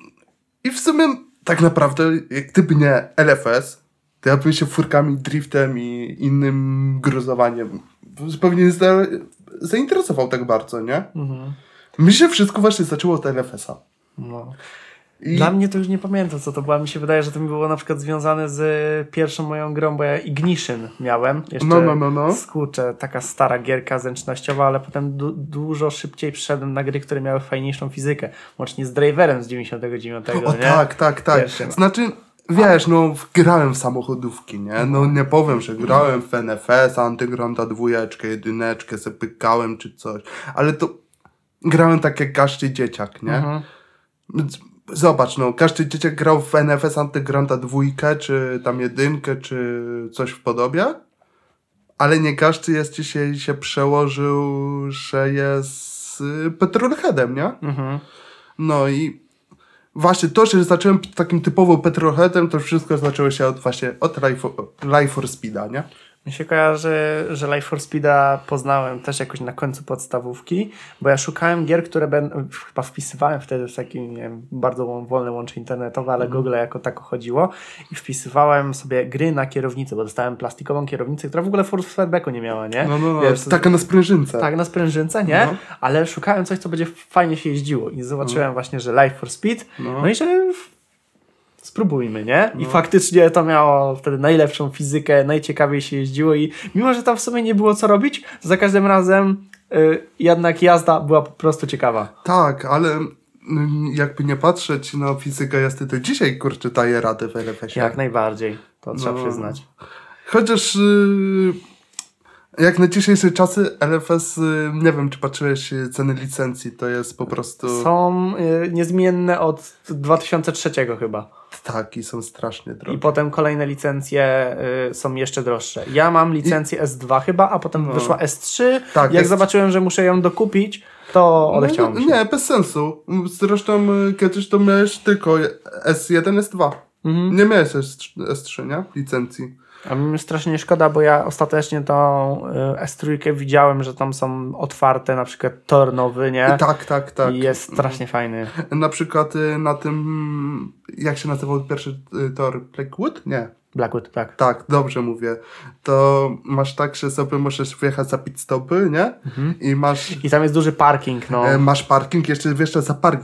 I w sumie tak naprawdę, gdyby nie L F S, to ja bym się furkami, driftem i innym gruzowaniem zupełnie nie za, zainteresował tak bardzo, nie? Mhm. Mi się wszystko właśnie zaczęło od L F S a. No. I... Dla mnie to już nie pamiętam, co to było. Mi się wydaje, że to mi było na przykład związane z pierwszą moją grą, bo ja Ignition miałem. Jeszcze no, no, no, no. Skurczę, taka stara gierka zręcznościowa, ale potem du- dużo szybciej przyszedłem na gry, które miały fajniejszą fizykę. Łącznie z Driverem z dziewięćdziesiątego dziewiątego. O nie? tak, tak, tak. Pierwszym. Znaczy... Wiesz, no grałem w samochodówki, nie? No nie powiem, że grałem w N F S, Antygronda dwójeczkę, jedyneczkę, se pykałem czy coś, ale to grałem tak jak każdy dzieciak, nie? Mhm. Zobacz, no każdy dzieciak grał w N F S, Antygronda dwójkę, czy tam jedynkę, czy coś w podobie, ale nie każdy jest dzisiaj się przełożył, że jest petrolheadem, nie? Mhm. No i właśnie to, że zacząłem takim typowo petrolheadem, to wszystko zaczęło się od właśnie od Life for Speeda, nie? Mi się kojarzy, że Life for Speeda poznałem też jakoś na końcu podstawówki, bo ja szukałem gier, które ben, chyba wpisywałem wtedy w taki, nie wiem, bardzo wolne łącze internetowe, ale mm. Google jako tako chodziło i wpisywałem sobie gry na kierownicę, bo dostałem plastikową kierownicę, która w ogóle force feedbacku nie miała, nie? No, no, no. Wiesz, taka na sprężynce. Tak, na sprężynce, nie? No. Ale szukałem coś, co będzie fajnie się jeździło i zobaczyłem no. właśnie, że Life for Speed, no, no i że spróbujmy, nie? I no. faktycznie to miało wtedy najlepszą fizykę, najciekawiej się jeździło i mimo, że tam w sumie nie było co robić, to za każdym razem y, jednak jazda była po prostu ciekawa. Tak, ale jakby nie patrzeć na fizykę jazdy, to dzisiaj kurczę daje radę w L F S ie. Jak najbardziej, to trzeba no. przyznać. Chociaż y, jak na dzisiejsze czasy L F S, y, nie wiem czy patrzyłeś ceny licencji, to jest po prostu... Są y, niezmienne od dwa tysiące trzeciego chyba. Tak, i są strasznie drogie. I potem kolejne licencje y, są jeszcze droższe. Ja mam licencję I... S dwa chyba, a potem no. wyszła S trzy. Tak, Jak S... zobaczyłem, że muszę ją dokupić, to odechciało mi się. Nie, bez sensu. Zresztą kiedyś to miałeś tylko S jeden, S dwa. Mhm. Nie miałeś S trzy, nie? Licencji. A mi strasznie szkoda, bo ja ostatecznie tą S trzy widziałem, że tam są otwarte na przykład tor nowy, nie? Tak, tak, tak. I jest strasznie fajny. Na przykład na tym, jak się nazywał pierwszy tor? Blackwood? Nie. Blackwood, tak. Tak, dobrze mówię. To masz tak, że sobie możesz wjechać za pit stopy, nie? Mhm. I masz... I tam jest duży parking, no. Masz parking, jeszcze wjeżdżasz za parking.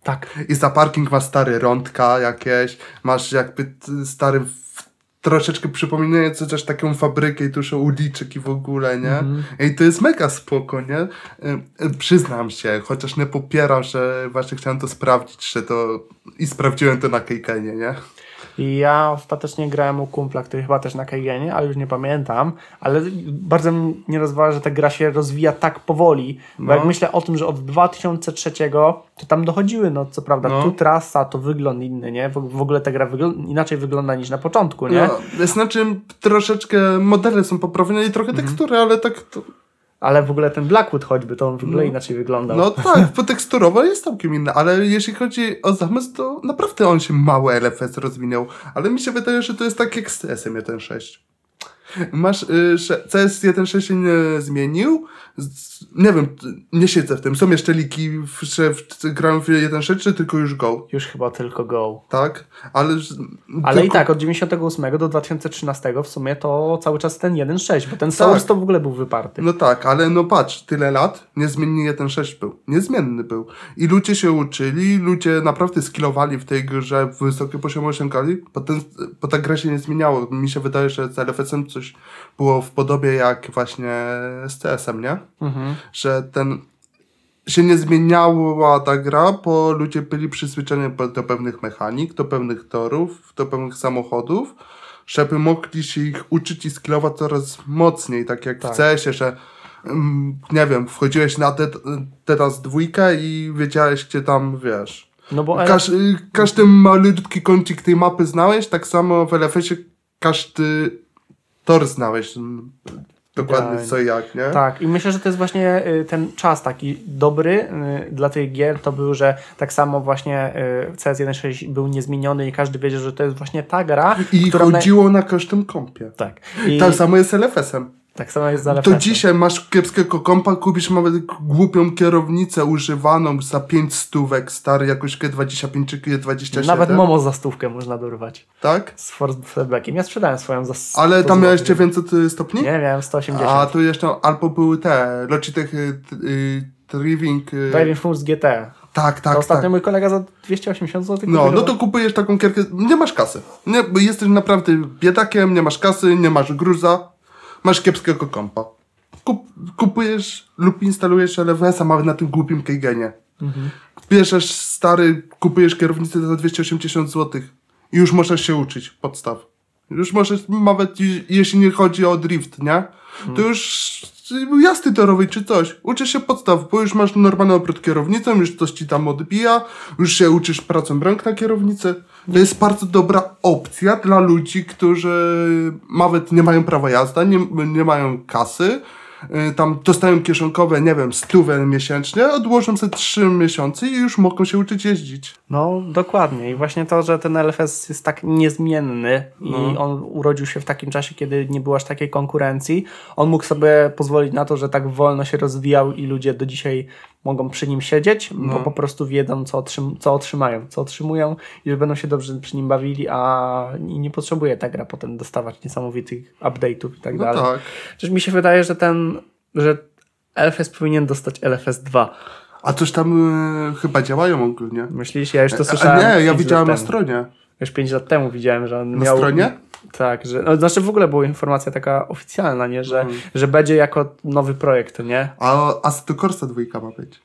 Tak. I za parking masz stare rądka jakieś, masz jakby stary, troszeczkę przypominający też taką fabrykę i dużo uliczek i w ogóle, nie? Mm-hmm. I to jest mega spoko, nie? Przyznam się, chociaż nie popieram, że właśnie chciałem to sprawdzić, że to... I sprawdziłem to na Keigenie, nie? I ja ostatecznie grałem u kumpla, który chyba też na Keigenie, ale już nie pamiętam, ale bardzo mnie rozwala, że ta gra się rozwija tak powoli, bo no. jak myślę o tym, że od dwa tysiące trzeciego to tam dochodziły, no co prawda, no. tu trasa, to wygląd inny, nie? W, w ogóle ta gra wygl- inaczej wygląda niż na początku, nie? No, znaczy troszeczkę modele są poprawione i trochę mhm. tekstury, ale tak to... Ale w ogóle ten Blackwood choćby, to on w ogóle no. inaczej wyglądał. No tak, poteksturowo jest całkiem inny, ale jeśli chodzi o zamysł, to naprawdę on się mało L F S rozwinął. Ale mi się wydaje, że to jest tak jak z C S jeden sześć. Masz, y, C S jeden sześć się nie zmienił. Z, nie wiem, nie siedzę w tym. Są jeszcze liki, że grałem w jeden sześć, czy tylko już Go? Już chyba tylko Go. Tak, ale... Ale tylko... i tak, od dziewięćdziesiątego ósmego do dwa tysiące trzynastego w sumie to cały czas ten jeden sześć, bo ten Source tak. to w ogóle był wyparty. No tak, ale no patrz, tyle lat, niezmiennie jeden sześć był. Niezmienny był. I ludzie się uczyli, ludzie naprawdę skillowali w tej grze, wysokie poziomy osiągali, bo, ten, bo ta gra się nie zmieniała. Mi się wydaje, że z L F S-em coś było w podobie jak właśnie z C S-em, nie? Mhm. Że ten się nie zmieniała ta gra, bo ludzie byli przyzwyczajeni do pewnych mechanik, do pewnych torów, do pewnych samochodów, żeby mogli się ich uczyć i skillować coraz mocniej, tak jak tak. w C S-ie, że um, nie wiem, wchodziłeś na te, teraz dwójkę i wiedziałeś, gdzie tam, wiesz, no bo Każ, każdy malutki kącik tej mapy znałeś, tak samo w L F S-ie każdy tor znałeś dokładnie Idealnie. co i jak, nie? Tak, i myślę, że to jest właśnie y, ten czas taki dobry y, dla tych gier, to był, że tak samo właśnie y, C S jeden sześć był niezmieniony i każdy wiedział, że to jest właśnie ta gra. I chodziło na... na każdym kompie. Tak. I... Tak samo jest z L F S-em. Tak samo jest z L F S-em. To dzisiaj masz kiepskiego kompa, kupisz nawet głupią kierownicę używaną za pięć stówek, stary, jakoś G dwadzieścia pięć czy G dwadzieścia siedem. Nawet Momo za stówkę można dorwać. Tak? Z Force Feedbackiem. Ja sprzedałem swoją za sto Ale tam miałeś dziewięćset stopni? Nie, miałem sto osiemdziesiąt. A tu jeszcze, albo były te, Logitech y, y, Driving... Y... Driving Force G T. Tak, tak, to ostatnio tak. mój kolega za dwieście osiemdziesiąt złotych. No, no to kupujesz taką kierkę, nie masz kasy. Nie, bo jesteś naprawdę biedakiem, nie masz kasy, nie masz gruza, masz kiepskiego kompa. Kup, kupujesz lub instalujesz L F S-a nawet na tym głupim Keigenie. Mhm. Bierzesz stary, kupujesz kierownicę za dwieście osiemdziesiąt złotych i już możesz się uczyć podstaw. Już możesz, nawet jeśli nie chodzi o drift, nie? To mhm. już jazdy torowej czy coś. Uczysz się podstaw, bo już masz normalny obrót kierownicą, już coś ci tam odbija, już się uczysz pracą rąk na kierownicy. To jest bardzo dobra opcja dla ludzi, którzy nawet nie mają prawa jazdy, nie, nie mają kasy, tam dostają kieszonkowe, nie wiem, stówę miesięcznie, odłożą sobie trzy miesiące i już mogą się uczyć jeździć. No, dokładnie. I właśnie to, że ten L F S jest tak niezmienny No. i on urodził się w takim czasie, kiedy nie było aż takiej konkurencji, on mógł sobie pozwolić na to, że tak wolno się rozwijał i ludzie do dzisiaj mogą przy nim siedzieć, No. bo po prostu wiedzą, co, otrzym- co otrzymają, co otrzymują i że będą się dobrze przy nim bawili, a i nie potrzebuje ta gra potem dostawać niesamowitych update'ów i tak No dalej. tak. Przecież mi się wydaje, że ten, że L F S powinien dostać L F S dwa. A coś tam y, chyba działają ogólnie. Myślisz? Ja już to słyszałem. A nie, ja widziałem na stronie. Już pięć lat temu widziałem, że on na miał... Na stronie? Tak, że... No, znaczy w ogóle była informacja taka oficjalna, nie? Że, mm. że będzie jako nowy projekt, nie? A Assetto Corsa dwójka ma być.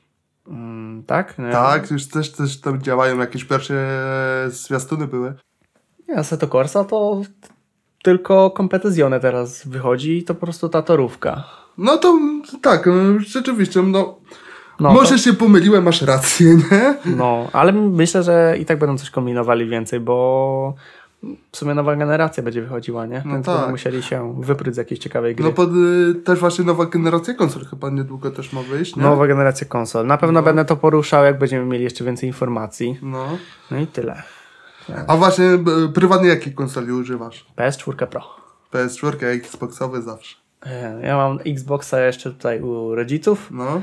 Mm, tak? Nie? Tak, już też, też tam działają, jakieś pierwsze zwiastuny były. Nie, Assetto Corsa to tylko Competizione teraz wychodzi i to po prostu ta torówka. No to tak, rzeczywiście, no... No, Może to... się pomyliłem, masz rację, nie? No, ale myślę, że i tak będą coś kombinowali więcej, bo w sumie nowa generacja będzie wychodziła, nie? No Więc tak. będą musieli się wypryć z jakiejś ciekawej gry. No pod, y, też właśnie nowa generacja konsol chyba niedługo też ma wyjść, nie? Nowa generacja konsol. Na pewno no. będę to poruszał, jak będziemy mieli jeszcze więcej informacji. No. No i tyle. Tak. A właśnie y, prywatnie jakiej konsoli używasz? P S cztery Pro. P S cztery, a Xboxowy zawsze. Ja mam Xboxa jeszcze tutaj u rodziców. No.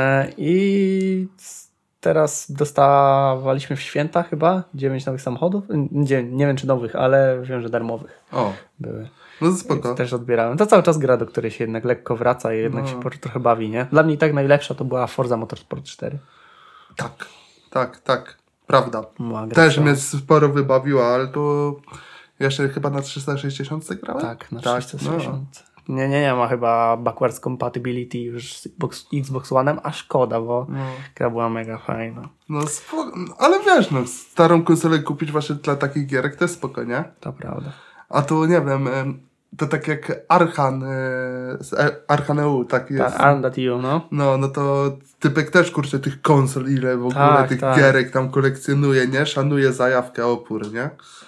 I teraz dostawaliśmy w święta chyba dziewięć nowych samochodów. Nie, nie wiem czy nowych, ale wiem, że darmowych. O. Były. No to spoko. I też odbierałem. To cały czas gra, do której się jednak lekko wraca i jednak no. się trochę bawi, nie? Dla mnie i tak najlepsza to była Forza Motorsport cztery. Tak, tak, tak. Prawda. Była gra Też co- mnie sporo wybawiła, ale to jeszcze chyba na trzysta sześćdziesiąt grałem? Tak, na tak, trzysta sześćdziesiąt. Nie, nie, nie ma chyba backwards compatibility już z Xbox, Xbox One'em, a szkoda, bo No, gra była mega fajna. no, no spoko, ale wiesz, no, starą konsolę kupić właśnie dla takich gierek to jest spoko, nie? To prawda. A to nie wiem, em, to tak jak Archan, e, z E- Archaneu, tak jest. Ta Arm That You, no. No, no to typek też, kurczę, tych konsol, ile w ogóle Tak, tych tak. gierek tam kolekcjonuje, nie? Szanuje zajawkę, opór, nie?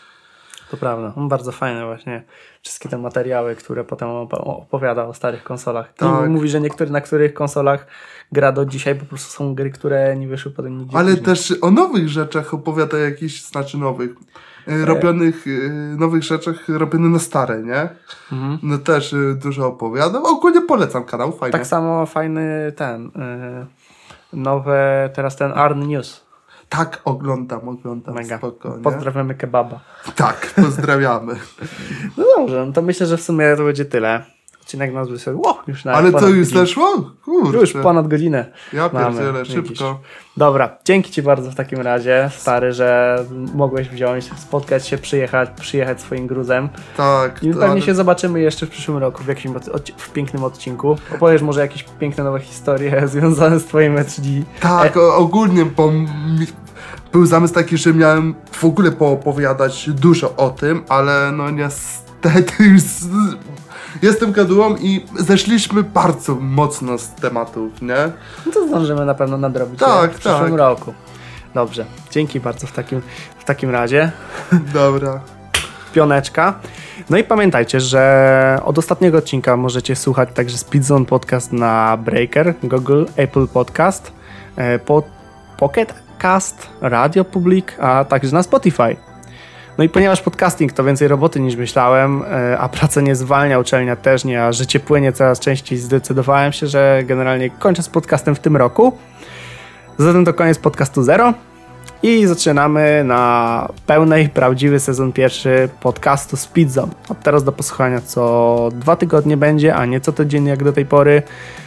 To prawda. On bardzo fajne właśnie. Wszystkie te materiały, które potem op- opowiada o starych konsolach. Tak. I mówi, że niektóre, na których konsolach gra do dzisiaj po prostu są gry, które nie wyszły potem nigdzie Ale później. też o nowych rzeczach opowiada jakichś, znaczy nowych, e, robionych, e, nowych rzeczach robionych na stare, nie? Mhm. No też e, dużo opowiada. Ogólnie polecam kanał, fajnie. Tak samo fajny ten yy, nowe, teraz ten Arn News. Tak, oglądam, oglądam, Mega. spoko, nie? Pozdrawiamy kebaba. Tak, pozdrawiamy. No dobrze, no to myślę, że w sumie to będzie tyle. Odcinek nazwy sobie, wow, już na Ale ponad to już godzinę. zeszło? Kurczę. Już ponad godzinę. Ja mamy, pierdzielę, widzisz. szybko. Dobra, dzięki Ci bardzo w takim razie, stary, że mogłeś wziąć, spotkać się, przyjechać, przyjechać swoim gruzem. Tak. I to- pewnie się zobaczymy jeszcze w przyszłym roku w jakimś od- odci- w pięknym odcinku. Opowiesz może jakieś piękne nowe historie związane z Twoim H D. Tak, o, ogólnie, bo mi, był zamysł taki, że miałem w ogóle poopowiadać dużo o tym, ale no niestety już z, jestem gadułą i zeszliśmy bardzo mocno z tematów, nie? No to zdążymy na pewno nadrobić Tak, je w przyszłym tak. roku. Dobrze, dzięki bardzo w takim, w takim razie. Dobra. Pioneczka. No i pamiętajcie, że od ostatniego odcinka możecie słuchać także Speedzone Podcast na Breaker, Google, Apple Podcast, e, po, Pocket Cast, Radio Public, a także na Spotify. No i ponieważ podcasting to więcej roboty niż myślałem, e, a praca nie zwalnia, uczelnia też nie, a życie płynie coraz częściej, zdecydowałem się, że generalnie kończę z podcastem w tym roku. Zatem to koniec podcastu zero. I zaczynamy na pełnej, prawdziwy sezon pierwszy podcastu Speedzone. Od teraz do posłuchania co dwa tygodnie będzie, a nie co tydzień jak do tej pory.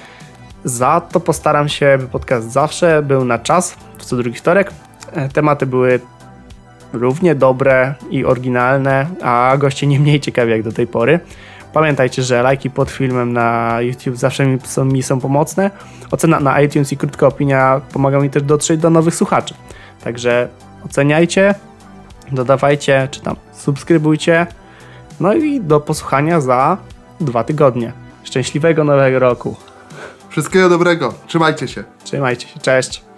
Za to postaram się, by podcast zawsze był na czas, w co drugi wtorek. E, Tematy były równie dobre i oryginalne, a goście nie mniej ciekawi jak do tej pory. Pamiętajcie, że lajki pod filmem na YouTube zawsze mi są, mi są pomocne. Ocena na iTunes i krótka opinia pomaga mi też dotrzeć do nowych słuchaczy. Także oceniajcie, dodawajcie, czy tam subskrybujcie. No i do posłuchania za dwa tygodnie. Szczęśliwego nowego roku. Wszystkiego dobrego. Trzymajcie się. Trzymajcie się, cześć.